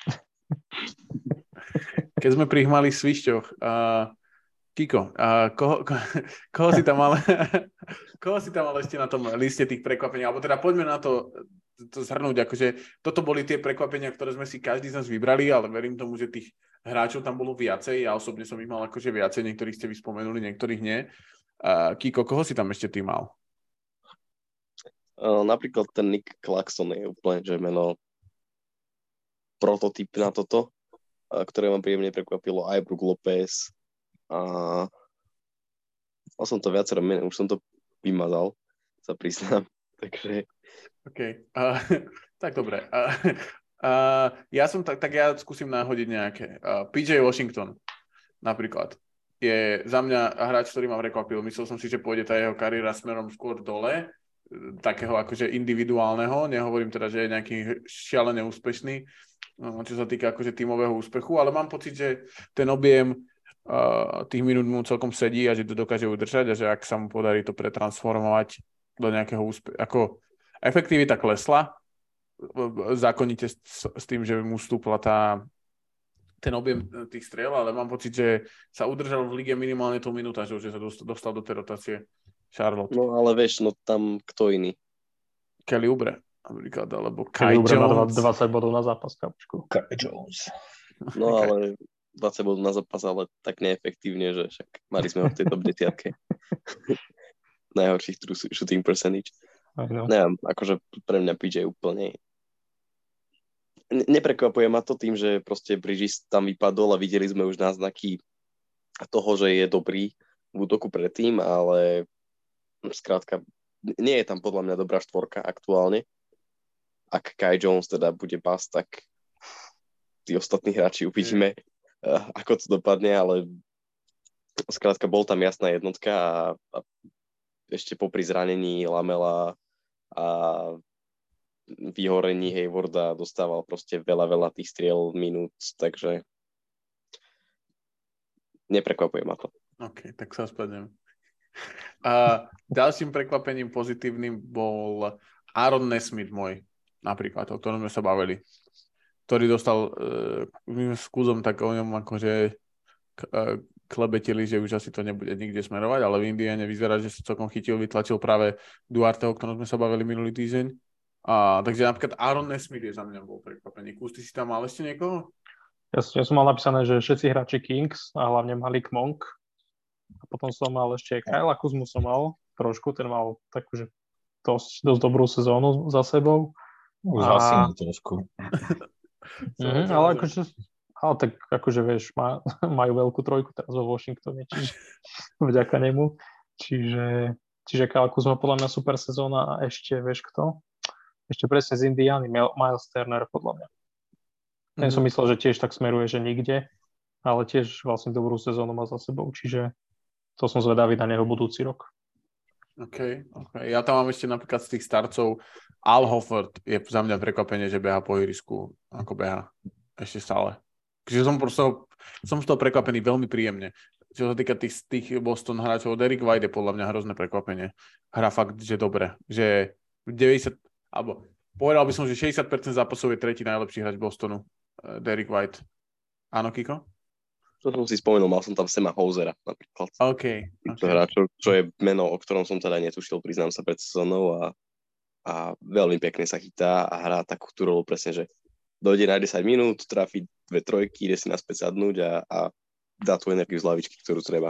Speaker 1: Keď sme pri malých svišťoch, uh, Kiko, uh, koho, ko, koho, si tam mal, koho si tam mal ešte na tom liste tých prekvapení? Alebo teda poďme na to to zhrnúť, akože toto boli tie prekvapenia, ktoré sme si každý z nás vybrali, ale verím tomu, že tých hráčov tam bolo viacej. Ja osobne som ich mal akože viacej, niektorých ste vyspomenuli, niektorých nie. Uh, Kiko, koho si tam ešte ty mal?
Speaker 2: Uh, napríklad ten Nick Claxton je úplne, že meno prototyp na toto, uh, ktoré ma príjemne prekvapilo, aj Brook Lopez. A mal som to viacero men, už som to vymazal, sa priznám. Takže
Speaker 1: OK, uh, tak dobre. Uh, uh, ja som tak, tak ja skúsim náhodiť nejaké. Uh, pé jé Washington napríklad je za mňa hráč, ktorý ma prekvapil. Myslel som si, že pôjde tá jeho kariéra smerom skôr dole, takého akože individuálneho. Nehovorím teda, že je nejaký šialene úspešný, čo sa týka akože tímového úspechu, ale mám pocit, že ten objem uh, tých minút mu celkom sedí a že to dokáže udržať a že ak sa mu podarí to pretransformovať do nejakého úspechu, ako efektivita klesla zákonite s, s tým, že mu stúpla tá, ten objem tých striel, ale mám pocit, že sa udržal v lige minimálne tú minútažou, že sa dostal do tej rotácie Charlotte.
Speaker 2: No ale vieš, no tam kto iný?
Speaker 1: Kelly Oubre napríklad, alebo
Speaker 4: Kai
Speaker 1: Kai
Speaker 4: Jones. Kelly Oubre má dvadsať bodov na zápas, kapučku.
Speaker 3: Kai Jones.
Speaker 2: No ale dvadsať bodov na zápas, ale tak neefektívne, že však mali sme ho v tej top desiatke. Najhorších true shooting percentage.
Speaker 4: No.
Speaker 2: Neviem, akože pre mňa pé jé úplne neprekvapuje ma to tým, že proste Bridges tam vypadol a videli sme už náznaky toho, že je dobrý v útoku predtým, ale skrátka nie je tam podľa mňa dobrá štvorka aktuálne. Ak Kai Jones teda bude bas, tak tí ostatní hráči uvidíme, mm. ako to dopadne, ale skrátka bol tam jasná jednotka a, a ešte popri zranení Lamela a vyhorení Haywarda dostával proste veľa, veľa tých striel minút, takže neprekvapuje ma to.
Speaker 1: OK, tak sa spadnem. A ďalším prekvapením pozitívnym bol Aaron Nesmith môj, napríklad, o ktorom sme sa bavili, ktorý dostal uh, s kúzom tak o ňom akože uh, klebetili, že už asi to nebude nikde smerovať, ale v Indiane vyzerá, že sa celkom chytil, vytlačil práve Duarteho, o ktorom sme sa bavili minulý týždeň. A, takže napríklad Aaron Nesmith je za mňa bol prekvapený. Kus, ty si tam mal ešte niekoho?
Speaker 4: Ja, ja som mal napísané, že všetci hráči Kings a hlavne Malik Monk. A potom som mal ešte Kyla Kuzmu som mal trošku, ten mal takú, že dosť, dosť dobrú sezónu za sebou.
Speaker 3: Už a... asi trošku.
Speaker 4: mm, ale akože Ale tak akože vieš, má, majú veľkú trojku teraz vo Washingtone, čiže vďaka nemu. Čiže, čiže Kyle Kuzma podľa mňa super sezóna a ešte, vieš kto? Ešte presne z Indiany, Miles Turner podľa mňa. Ten mm-hmm. som myslel, že tiež tak smeruje, že nikde, ale tiež vlastne dobrú sezónu má za sebou, čiže to som zvedavý na neho budúci rok.
Speaker 1: OK, OK. Ja tam mám ešte napríklad z tých starcov Al Horford je za mňa prekvapenie, že beha po ihrisku, ako beha. Ešte stále. Čiže som proste, som z toho prekvapený veľmi príjemne. Čo sa týka tých, tých Boston hráčov, Derrick White je podľa mňa hrozné prekvapenie. Hra fakt, že dobre. Že deväťdesiat, alebo povedal by som, že šesťdesiat percent zápasov je tretí najlepší hráč Bostonu. Derrick White. Áno, Kiko?
Speaker 2: Čo som si spomenul, mal som tam Sema Housera napríklad.
Speaker 1: OK.
Speaker 2: okay. Hráčov, čo je meno, o ktorom som teda netušil, priznám sa, pred sezónou a, a veľmi pekne sa chytá a hrá takú tú rolu presne, že dojde na desať minút, trafi dve trojky, ide si naspäť sadnúť a, a dá tú energiu z lavičky, ktorú treba.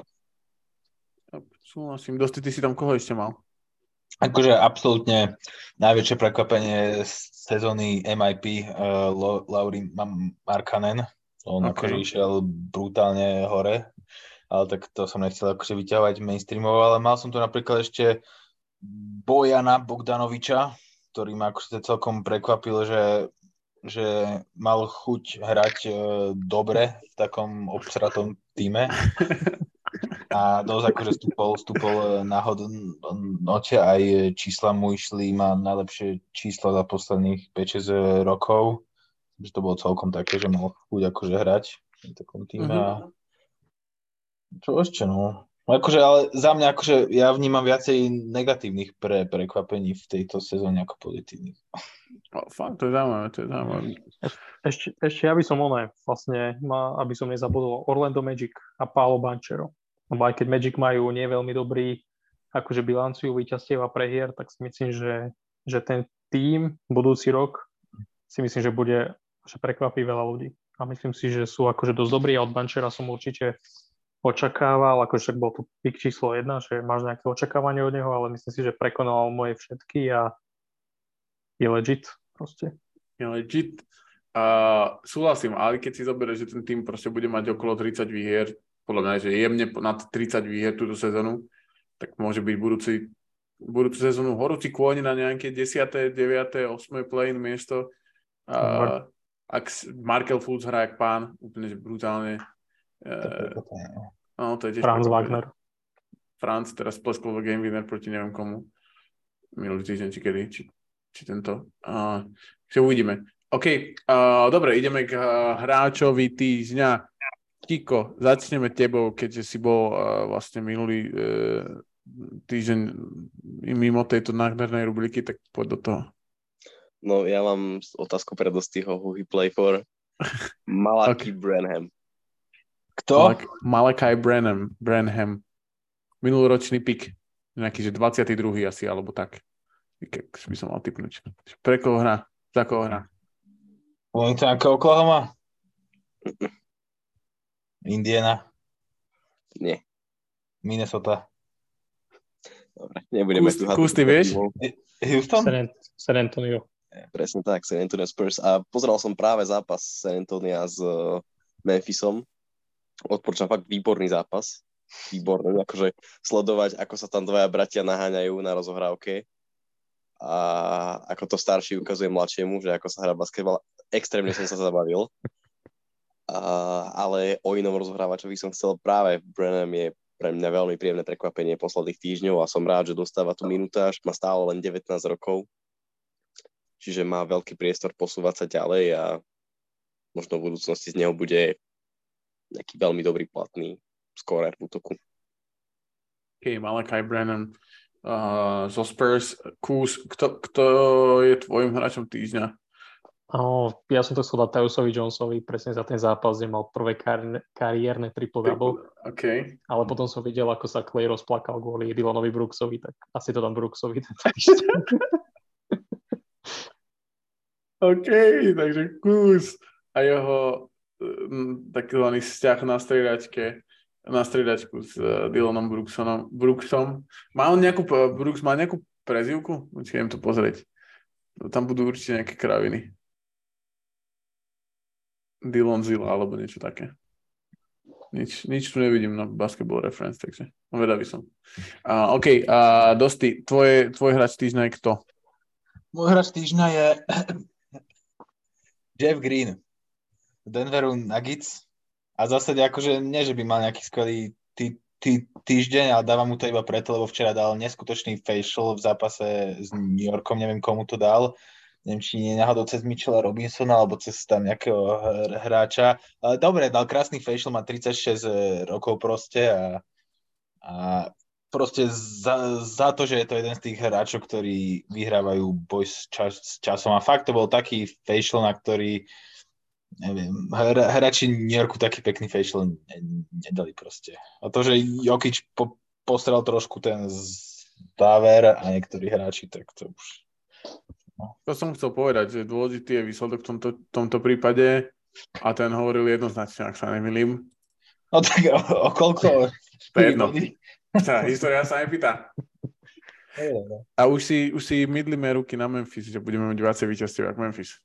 Speaker 1: Súhlasím. Dosti, ty si tam koho ešte mal?
Speaker 3: Akože absolútne najväčšie prekvapenie sezóny em í pé uh, Lauri Markkanen. On okay. akože išiel brutálne hore, ale tak to som nechcel akože vyťahovať mainstreamovo, ale mal som tu napríklad ešte Bojana Bogdanoviča, ktorý ma akože celkom prekvapil, že, že mal chuť hrať uh, dobre v takom obsratom týme. A dosť akože stúpol, stúpol na hodnote, aj čísla mu išli, má najlepšie čísla za posledných päť šesť rokov. Že to bolo celkom také, že mal chuť akože hrať v takom týme. Mm-hmm. A čo ešte, no? Akože, ale za mňa, akože ja vnímam viacej negatívnych pre, prekvapení v tejto sezóne ako pozitívnych.
Speaker 1: O, fakt, to je zaujímavé, to je zaujímavé.
Speaker 4: Ešte, ešte ja by som oné, vlastne, ma, aby som nezabudol, Orlando Magic a Paolo Banchero. Lebo aj keď Magic majú nie veľmi dobrý akože bilanciu víťazstiev a prehier, tak si myslím, že, že ten tím budúci rok si myslím, že bude, že prekvapí veľa ľudí. A myslím si, že sú akože dosť dobrí a od Banchera som určite očakával, akože bol to pick číslo jedna, že máš nejaké očakávanie od neho, ale myslím si, že prekonal moje všetky a je legit proste.
Speaker 1: Je legit. Uh, súhlasím, ale keď si zoberieš, že ten tým proste bude mať okolo tridsať výhier, podľa mňa, že jemne nad tridsať výhier túto sezónu, tak môže byť budúci, budúcu sezónu horúci kôň na nejaké desiate, deviate, ôsme play-in miesto. Uh, ak Markel Fultz hrá jak pán, úplne že brutálne. Uh, no, to je tiež
Speaker 4: Franz Wagner.
Speaker 1: Franz teraz pleskol v game winner proti neviem komu. Minulý týždeň, či kedy, či, či tento. Uh, že uvidíme. OK, uh, dobre, ideme k uh, hráčovi týždňa. Kiko, začneme tebou, keďže si bol uh, vlastne minulý uh, týždeň mimo tejto nádhernej rubriky, tak poď do toho.
Speaker 2: No, ja mám otázku pre Dostyho, who he play for. Malachi okay. Branham.
Speaker 3: Kto?
Speaker 1: Malak- Malachi Branham. Branham. Minuloročný pik. Nejaký, že dvadsiaty druhý asi, alebo tak. Keď by som mal tipnúť. Pre koho hrá? Za koho hrá?
Speaker 3: Oni to nejaká Oklahoma? Indiana?
Speaker 2: Nie.
Speaker 3: Minnesota?
Speaker 2: Dobre, nebudeme
Speaker 1: Kust, tu hádzať. Kusty, vieš?
Speaker 3: Houston?
Speaker 4: San, San Antonio.
Speaker 2: Presne tak, San Antonio Spurs. A pozeral som práve zápas San Antonia s uh, Memphisom. Odporúčam fakt výborný zápas. Výborný, akože sledovať, ako sa tam dvaja bratia naháňajú na rozohrávke. A ako to starší ukazuje mladšiemu, že ako sa hrá basketbal. Extrémne som sa zabavil. A, ale o inom rozohrávačovi som chcel práve. Branham je pre mňa veľmi príjemné prekvapenie posledných týždňov a som rád, že dostáva tú minutáž. Má stále len devätnásť rokov. Čiže má veľký priestor posúvať sa ďalej a možno v budúcnosti z neho bude nejaký veľmi dobrý platný skórer v útoku.
Speaker 1: OK, Malachi Branham uh, zo Spurs. Kús, kto, kto je tvojim hráčom týždňa?
Speaker 4: Oh, ja som to chcel dať Tyusovi Jonesovi presne za ten zápas, kde mal prvé kari- kariérne triple-double.
Speaker 1: Okay.
Speaker 4: Ale potom som videl, ako sa Clay rozplakal kvôli Dylonovi Brooksovi, tak asi to dám Brooksovi.
Speaker 1: OK, takže Kús a jeho takzvaný vzťah na striedačke, na striedačku s uh, Dylanom Brooksonom, Brooksom. Má on nejakú, Brooks má nejakú prezývku? Počkaj, to pozrieť. Tam budú určite nejaké kraviny. Dylan Zilla, alebo niečo také. Nič, nič tu nevidím na Basketball Reference, takže vedavý som. Uh, OK, uh, Dosti, tvoje, tvoj hráč týždňa je kto?
Speaker 3: Môj hráč týždňa je Jeff Green. Denveru Nuggets. A v zásade akože nie, že by mal nejaký skvelý tý, tý, týždeň, ale dávam mu to iba preto, lebo včera dal neskutočný facial v zápase s New Yorkom, neviem komu to dal. Neviem, či nie náhodou cez Mitchella Robinsona, alebo cez tam nejakého hráča. Ale dobre, dal krásny facial, má tridsaťšesť rokov proste a, a proste za, za to, že je to jeden z tých hráčov, ktorí vyhrávajú boj s, čas, s časom. A fakt to bol taký facial, na ktorý neviem, hra, hráči New Yorku taký pekný facial nedali proste. A to, že Jokic po, postral trošku ten záver a niektorí hráči, tak to už... No.
Speaker 1: To som chcel povedať, že dôležitý je výsledok v tomto, tomto prípade a ten hovoril jednoznačne, ak sa nemýlim.
Speaker 3: No tak o, o koľko?
Speaker 1: To je jedno. Tá história sa nepýta. A už si, už si mydlíme ruky na Memphis, že budeme mať viacej víťazstiev ako Memphis.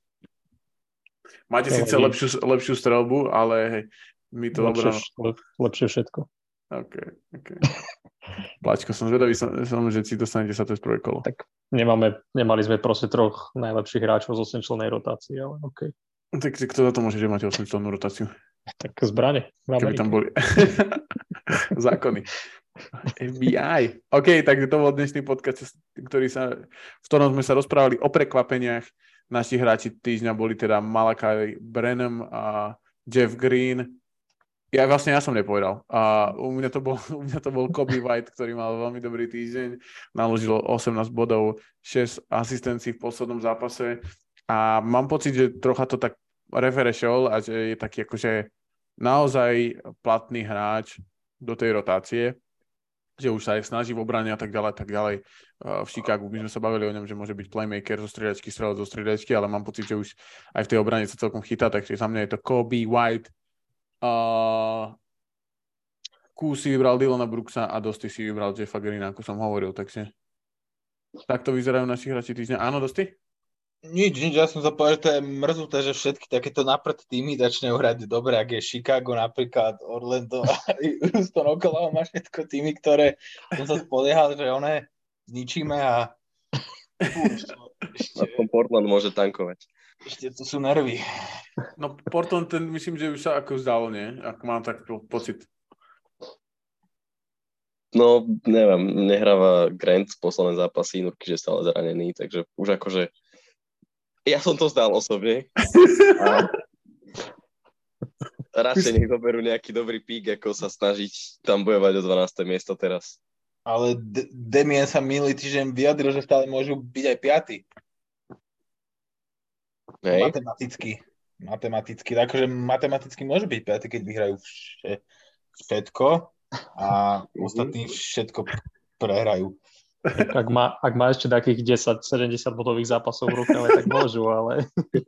Speaker 1: Máte síce lepšiu, lepšiu strelbu, ale hej, my to
Speaker 4: lepšie,
Speaker 1: dobrá...
Speaker 4: lepšie všetko.
Speaker 1: OK, OK. Plačko, som zvedavý, som, som, že si dostanete sa to z prvé kolo.
Speaker 4: Tak nemáme, nemali sme proste troch najlepších hráčov z osemčlennej rotácie, ale OK.
Speaker 1: Tak kto za to môže, že máte osemčlennú rotáciu?
Speaker 4: Tak zbrane.
Speaker 1: Keby tam boli zákony. ef bí aj. OK, takže to bol dnešný podcast, ktorý sa, v ktorom sme sa rozprávali o prekvapeniach. Naši hráči týždňa boli teda Malachi Branham a Jeff Green. Ja vlastne ja som nepovedal. A u mňa to bol, u mňa to bol Kobe White, ktorý mal veľmi dobrý týždeň. Naložil osemnásť bodov, šesť asistencií v poslednom zápase. A mám pocit, že trocha to tak refreshol a že je taký akože naozaj platný hráč do tej rotácie. Že už sa aj snaží v obrane a tak ďalej, tak ďalej. V Chicagu by sme sa bavili o ňom, že môže byť playmaker zo striedačky, strelec zo striedačky, ale mám pocit, že už aj v tej obrane sa celkom chytá, takže za mňa je to Kobe White. Uh, Kú si vybral Dylana Brooksa a Dosti si vybral Jeffa Greena, ako som hovoril, takže takto vyzerajú naši hráči týždňa. Áno, Dosti?
Speaker 3: Nič, nič, ja som sa povedal, že to je mrzúte, že všetky takéto napred týmy začnú hrať dobre, ak je Chicago napríklad, Orlando a Houston Oklahoma, všetko týmy, ktoré som sa spoliehal, že one zničíme a ešte,
Speaker 2: ešte... Portland môže tankovať.
Speaker 3: Ešte to sú nervy.
Speaker 1: No Portland, ten myslím, že už sa ako zdal, nie? Ako mám tak pocit.
Speaker 2: No, neviem, nehráva Grant posledné zápasy, no keďže stále zranený, takže už akože ja som to zdal osobne. A radšej nech zoberú nejaký dobrý pík, ako sa snažiť tam bojovať o dvanáste miesto teraz.
Speaker 3: Ale D- Damien sa minulý týždeň vyjadril, že stále môžu byť aj piaty.
Speaker 2: Hej.
Speaker 3: Matematicky. Matematicky. Takže matematicky môže byť piaty, keď vyhrajú všetko a ostatní všetko prehrajú.
Speaker 4: Ak má, ak má ešte takých desať sedemdesiat bodových zápasov v rukave, tak môžu, ale...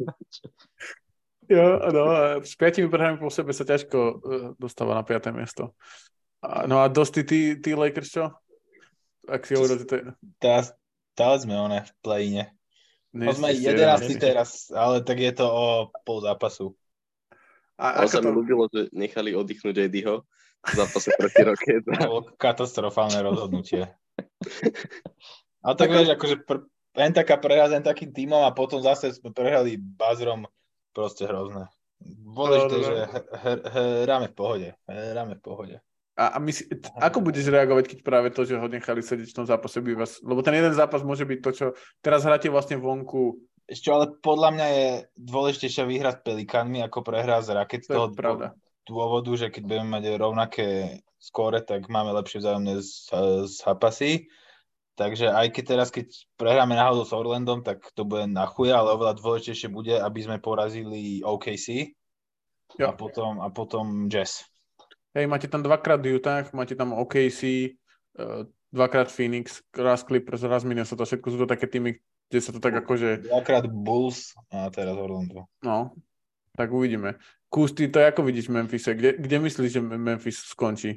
Speaker 1: Jo, no, s piatimi prehrami po sebe sa ťažko dostáva na piaté miesto. No a Dosti, ty, ty Lakers čo? Ak si hovoril, že to je...
Speaker 3: Teraz, teraz sme one v play-ine. No sme jedenásty teraz, ale tak je to o pol zápasu.
Speaker 2: A ako sa to... mi ľúbilo, že nechali oddychnúť J Dho v zápase proti Rockets.
Speaker 3: To bolo katastrofálne rozhodnutie. Ale tak vieš, akože pr- len taká prehra s takým tímom a potom zase sme prehrali Bazrom, proste hrozné. Dôležité, no, no, no. že h- h- hráme v pohode. Hráme v pohode.
Speaker 1: A, a my si, ako budeš reagovať, keď práve to, že ho nechali sedieť v tom zápase, by vás... Lebo ten jeden zápas môže byť to, čo... Teraz hráte vlastne vonku...
Speaker 3: Ešte, ale podľa mňa je dôležitejšia výhra s Pelikánmi, ako prehra z Rockets.
Speaker 1: To je pravda.
Speaker 3: Dôvodu, že keď budeme mať rovnaké skóre, tak máme lepšie vzájomné zápasy. Takže aj keď teraz, keď prehráme náhodou s Orlandom, tak to bude na chuja, ale oveľa dôležitejšie bude, aby sme porazili ó ká cé a potom, a potom Jazz.
Speaker 1: Hej, máte tam dvakrát Utah, máte tam ó ká cé, dvakrát Phoenix, raz Clippers, raz Minnesota, všetko sú to také týmy, kde sa to tak akože...
Speaker 3: Dvakrát Bulls a teraz Orlando.
Speaker 1: No, tak uvidíme. Kústy, to ako vidíš v Memphise? Kde, kde myslíš, že Memphis skončí?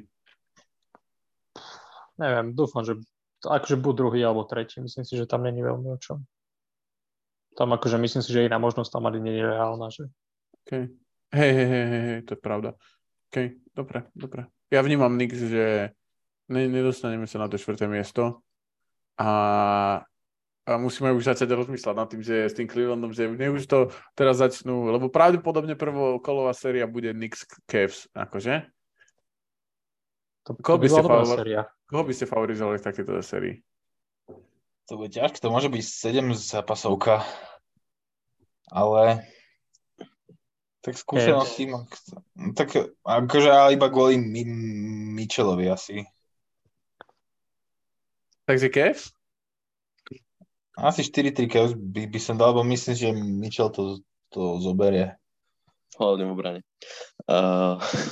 Speaker 4: Neviem, dúfam, že akože buď druhý alebo tretí. Myslím si, že tam není veľmi o čom. Tam akože myslím si, že iná možnosť tam ani nie je reálna. Že...
Speaker 1: Okay. Hej, hej, hej, hej, to je pravda. Okay. dobre, dobre. Ja vnímam Knicks, že ne, nedostaneme sa na to štvrté miesto a, a musíme už začať rozmýšľať nad tým, že s tým Clevelandom, že ne už to teraz začnú, lebo pravdepodobne prvokolová séria bude Knicks Cavs, akože?
Speaker 4: To,
Speaker 1: Koho
Speaker 4: to
Speaker 1: by
Speaker 4: by
Speaker 1: ste
Speaker 4: bola dobrá
Speaker 1: favor-
Speaker 4: séria.
Speaker 1: Koho by ste favorizovali v takejto sérii?
Speaker 3: To bude ťažké, to môže byť sedem zápasovka, ale tak skúsenosti má. Tak akože ale iba kvôli Mi- Mitchellovi asi.
Speaker 1: Takže Cavs?
Speaker 3: Asi štyri tri Cavs by, by som dal, lebo myslím, že Mitchell to, to zoberie.
Speaker 2: Hlavne v obrane. Uh,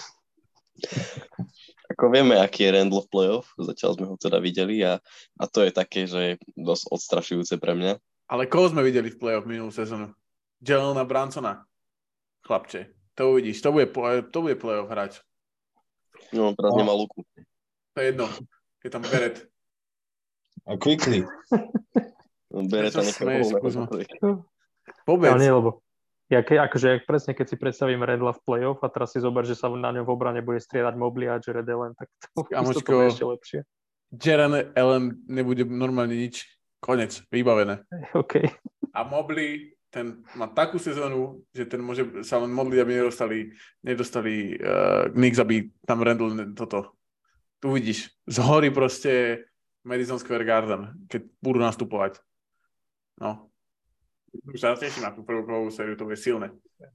Speaker 2: ako vieme, aký je Randle v playoff, zatiaľ sme ho teda videli a, a to je také, že je dosť odstrašujúce pre mňa.
Speaker 1: Ale koho sme videli v play-off minulú sezónu? Jalena Bransona. Chlapče, to uvidíš. To bude, to bude play-off hráč.
Speaker 2: No, teraz
Speaker 3: No.
Speaker 2: nemá luku.
Speaker 1: To je jedno. Je tam Beret.
Speaker 3: A quickly.
Speaker 2: No, bere
Speaker 1: Čo
Speaker 2: to
Speaker 1: smeješ,
Speaker 2: niekoho.
Speaker 1: Kuzma?
Speaker 4: Ale
Speaker 1: Vôbec.
Speaker 4: nie, lebo ja ke, akože jak presne, keď si predstavím Randla v play-off a teraz si zober, že sa na ňom v obrane bude striedať Mobley a Jared Allen, tak to
Speaker 1: Kamoško,
Speaker 4: isto to bude ešte lepšie.
Speaker 1: Jared Allen nebude normálne nič. Konec. Vybavené.
Speaker 4: OK.
Speaker 1: A Mobley, ten má takú sezónu, že ten môže sa len modliť, aby nedostali, nedostali uh, Knicks, aby tam Randall ne- toto. Tu vidíš. Z hory proste Madison Square Garden, keď budú nastupovať. No. Už sa teším na tú prvú kolovú sériu, to bude silné.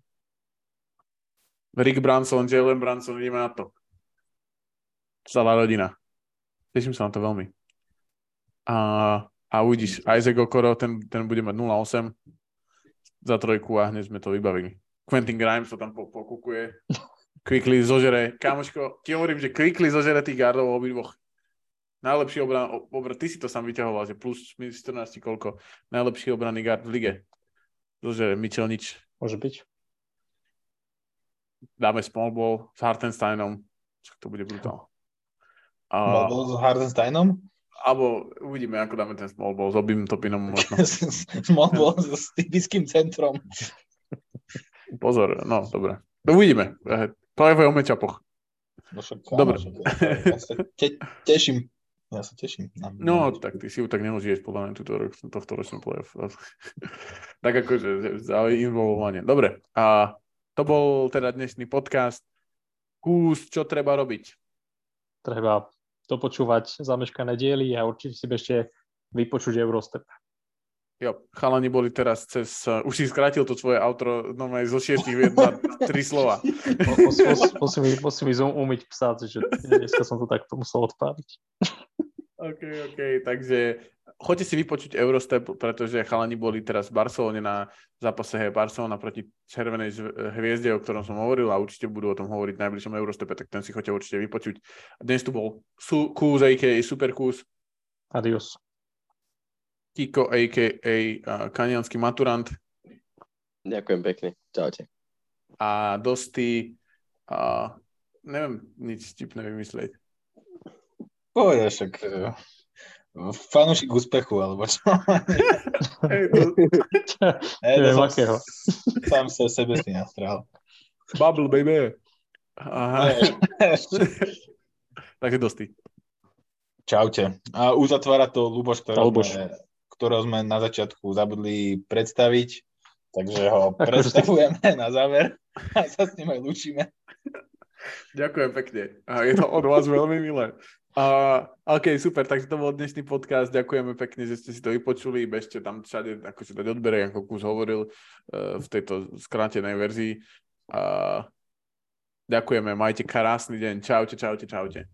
Speaker 1: Rick Branson, Jalen Branson, ideme na to. Celá rodina. Teším sa na to veľmi. A, a uvidíš, Isaac Okoro, ten, ten bude mať nula osem za trojku a hneď sme to vybavili. Quentin Grimes to tam pokukuje. Quickly zožere. Kámoško, ti hovorím, že Quickly zožere tých gardov obidvoch. Najlepší obran, obran, ty si to sám vyťahoval, že plus štrnásť koľko. Najlepší obranný guard v lige. Zožere Mitchell nič.
Speaker 4: Môže byť.
Speaker 1: Dáme small ball s Hartensteinom. To bude brutál.
Speaker 3: Mal
Speaker 1: A,
Speaker 3: bol s Hardensteinom?
Speaker 1: alebo uvidíme, ako dáme ten small ball. S Obim Topinom možno.
Speaker 3: Small ball s typickým centrom.
Speaker 1: Pozor, no, dobre. Uvidíme. To je o mečapoch.
Speaker 3: No však,
Speaker 1: Dobre.
Speaker 3: áno, však, ja sa te, teším. Ja sa teším. Na,
Speaker 1: No,
Speaker 3: na...
Speaker 1: tak ty si ju tak neužiješ podľa mňa túto rok, tohto ročný playoff. Tak akože za involvovanie. Dobre, a to bol teda dnešný podcast. Kús, čo treba robiť?
Speaker 4: Treba dopočúvať zameškané diely a určite si ešte vypočuť Eurostep.
Speaker 1: Jo, chalani boli teraz cez... Uh, už si skrátil to svoje outro normálne zo šiestich vied na tri slova.
Speaker 4: Musím, musím, musím ísť umyť psa, že dneska som to takto musel odpáliť.
Speaker 1: OK, OK, takže choďte si vypočuť Eurostep, pretože chalani boli teraz v Barcelone na zápase Barcelona proti Červenej hviezde, o ktorom som hovoril a určite budú o tom hovoriť v najbližšom Eurostepe, tak ten si choďte určite vypočuť. Dnes tu bol Su- Kúz, a ká a. Super Kúz.
Speaker 4: Adios.
Speaker 1: Kiko, a ká a. Kaniansky maturant
Speaker 2: Ďakujem pekne. Čaute.
Speaker 1: a Dosti, a neviem nič vtipné vymyslieť.
Speaker 3: Povedal však uh, fanúšik úspechu, alebo čo?
Speaker 1: Hej, to,
Speaker 3: Hey, to
Speaker 4: Neviem
Speaker 3: som
Speaker 4: akého.
Speaker 3: sám sa sebe si nastrál.
Speaker 1: bubble, baby. Aha. Takže Dosti.
Speaker 3: Čaute. A uzatvára to Luboš, ktorého
Speaker 4: Luboš.
Speaker 3: sme, ktorého sme na začiatku zabudli predstaviť, takže ho
Speaker 4: Ako
Speaker 3: predstavujeme na záver a sa s ním aj lúčime.
Speaker 1: Ďakujem pekne. A je to od vás veľmi milé. A, OK, super, takže to bol dnešný podcast. Ďakujeme pekne, že ste si to vypočuli. Bežte tam všade, ako si dať odbere, ako Kus hovoril uh, v tejto skrátenej verzii. A ďakujeme, majte krásny deň. Čaute, čaute, čaute.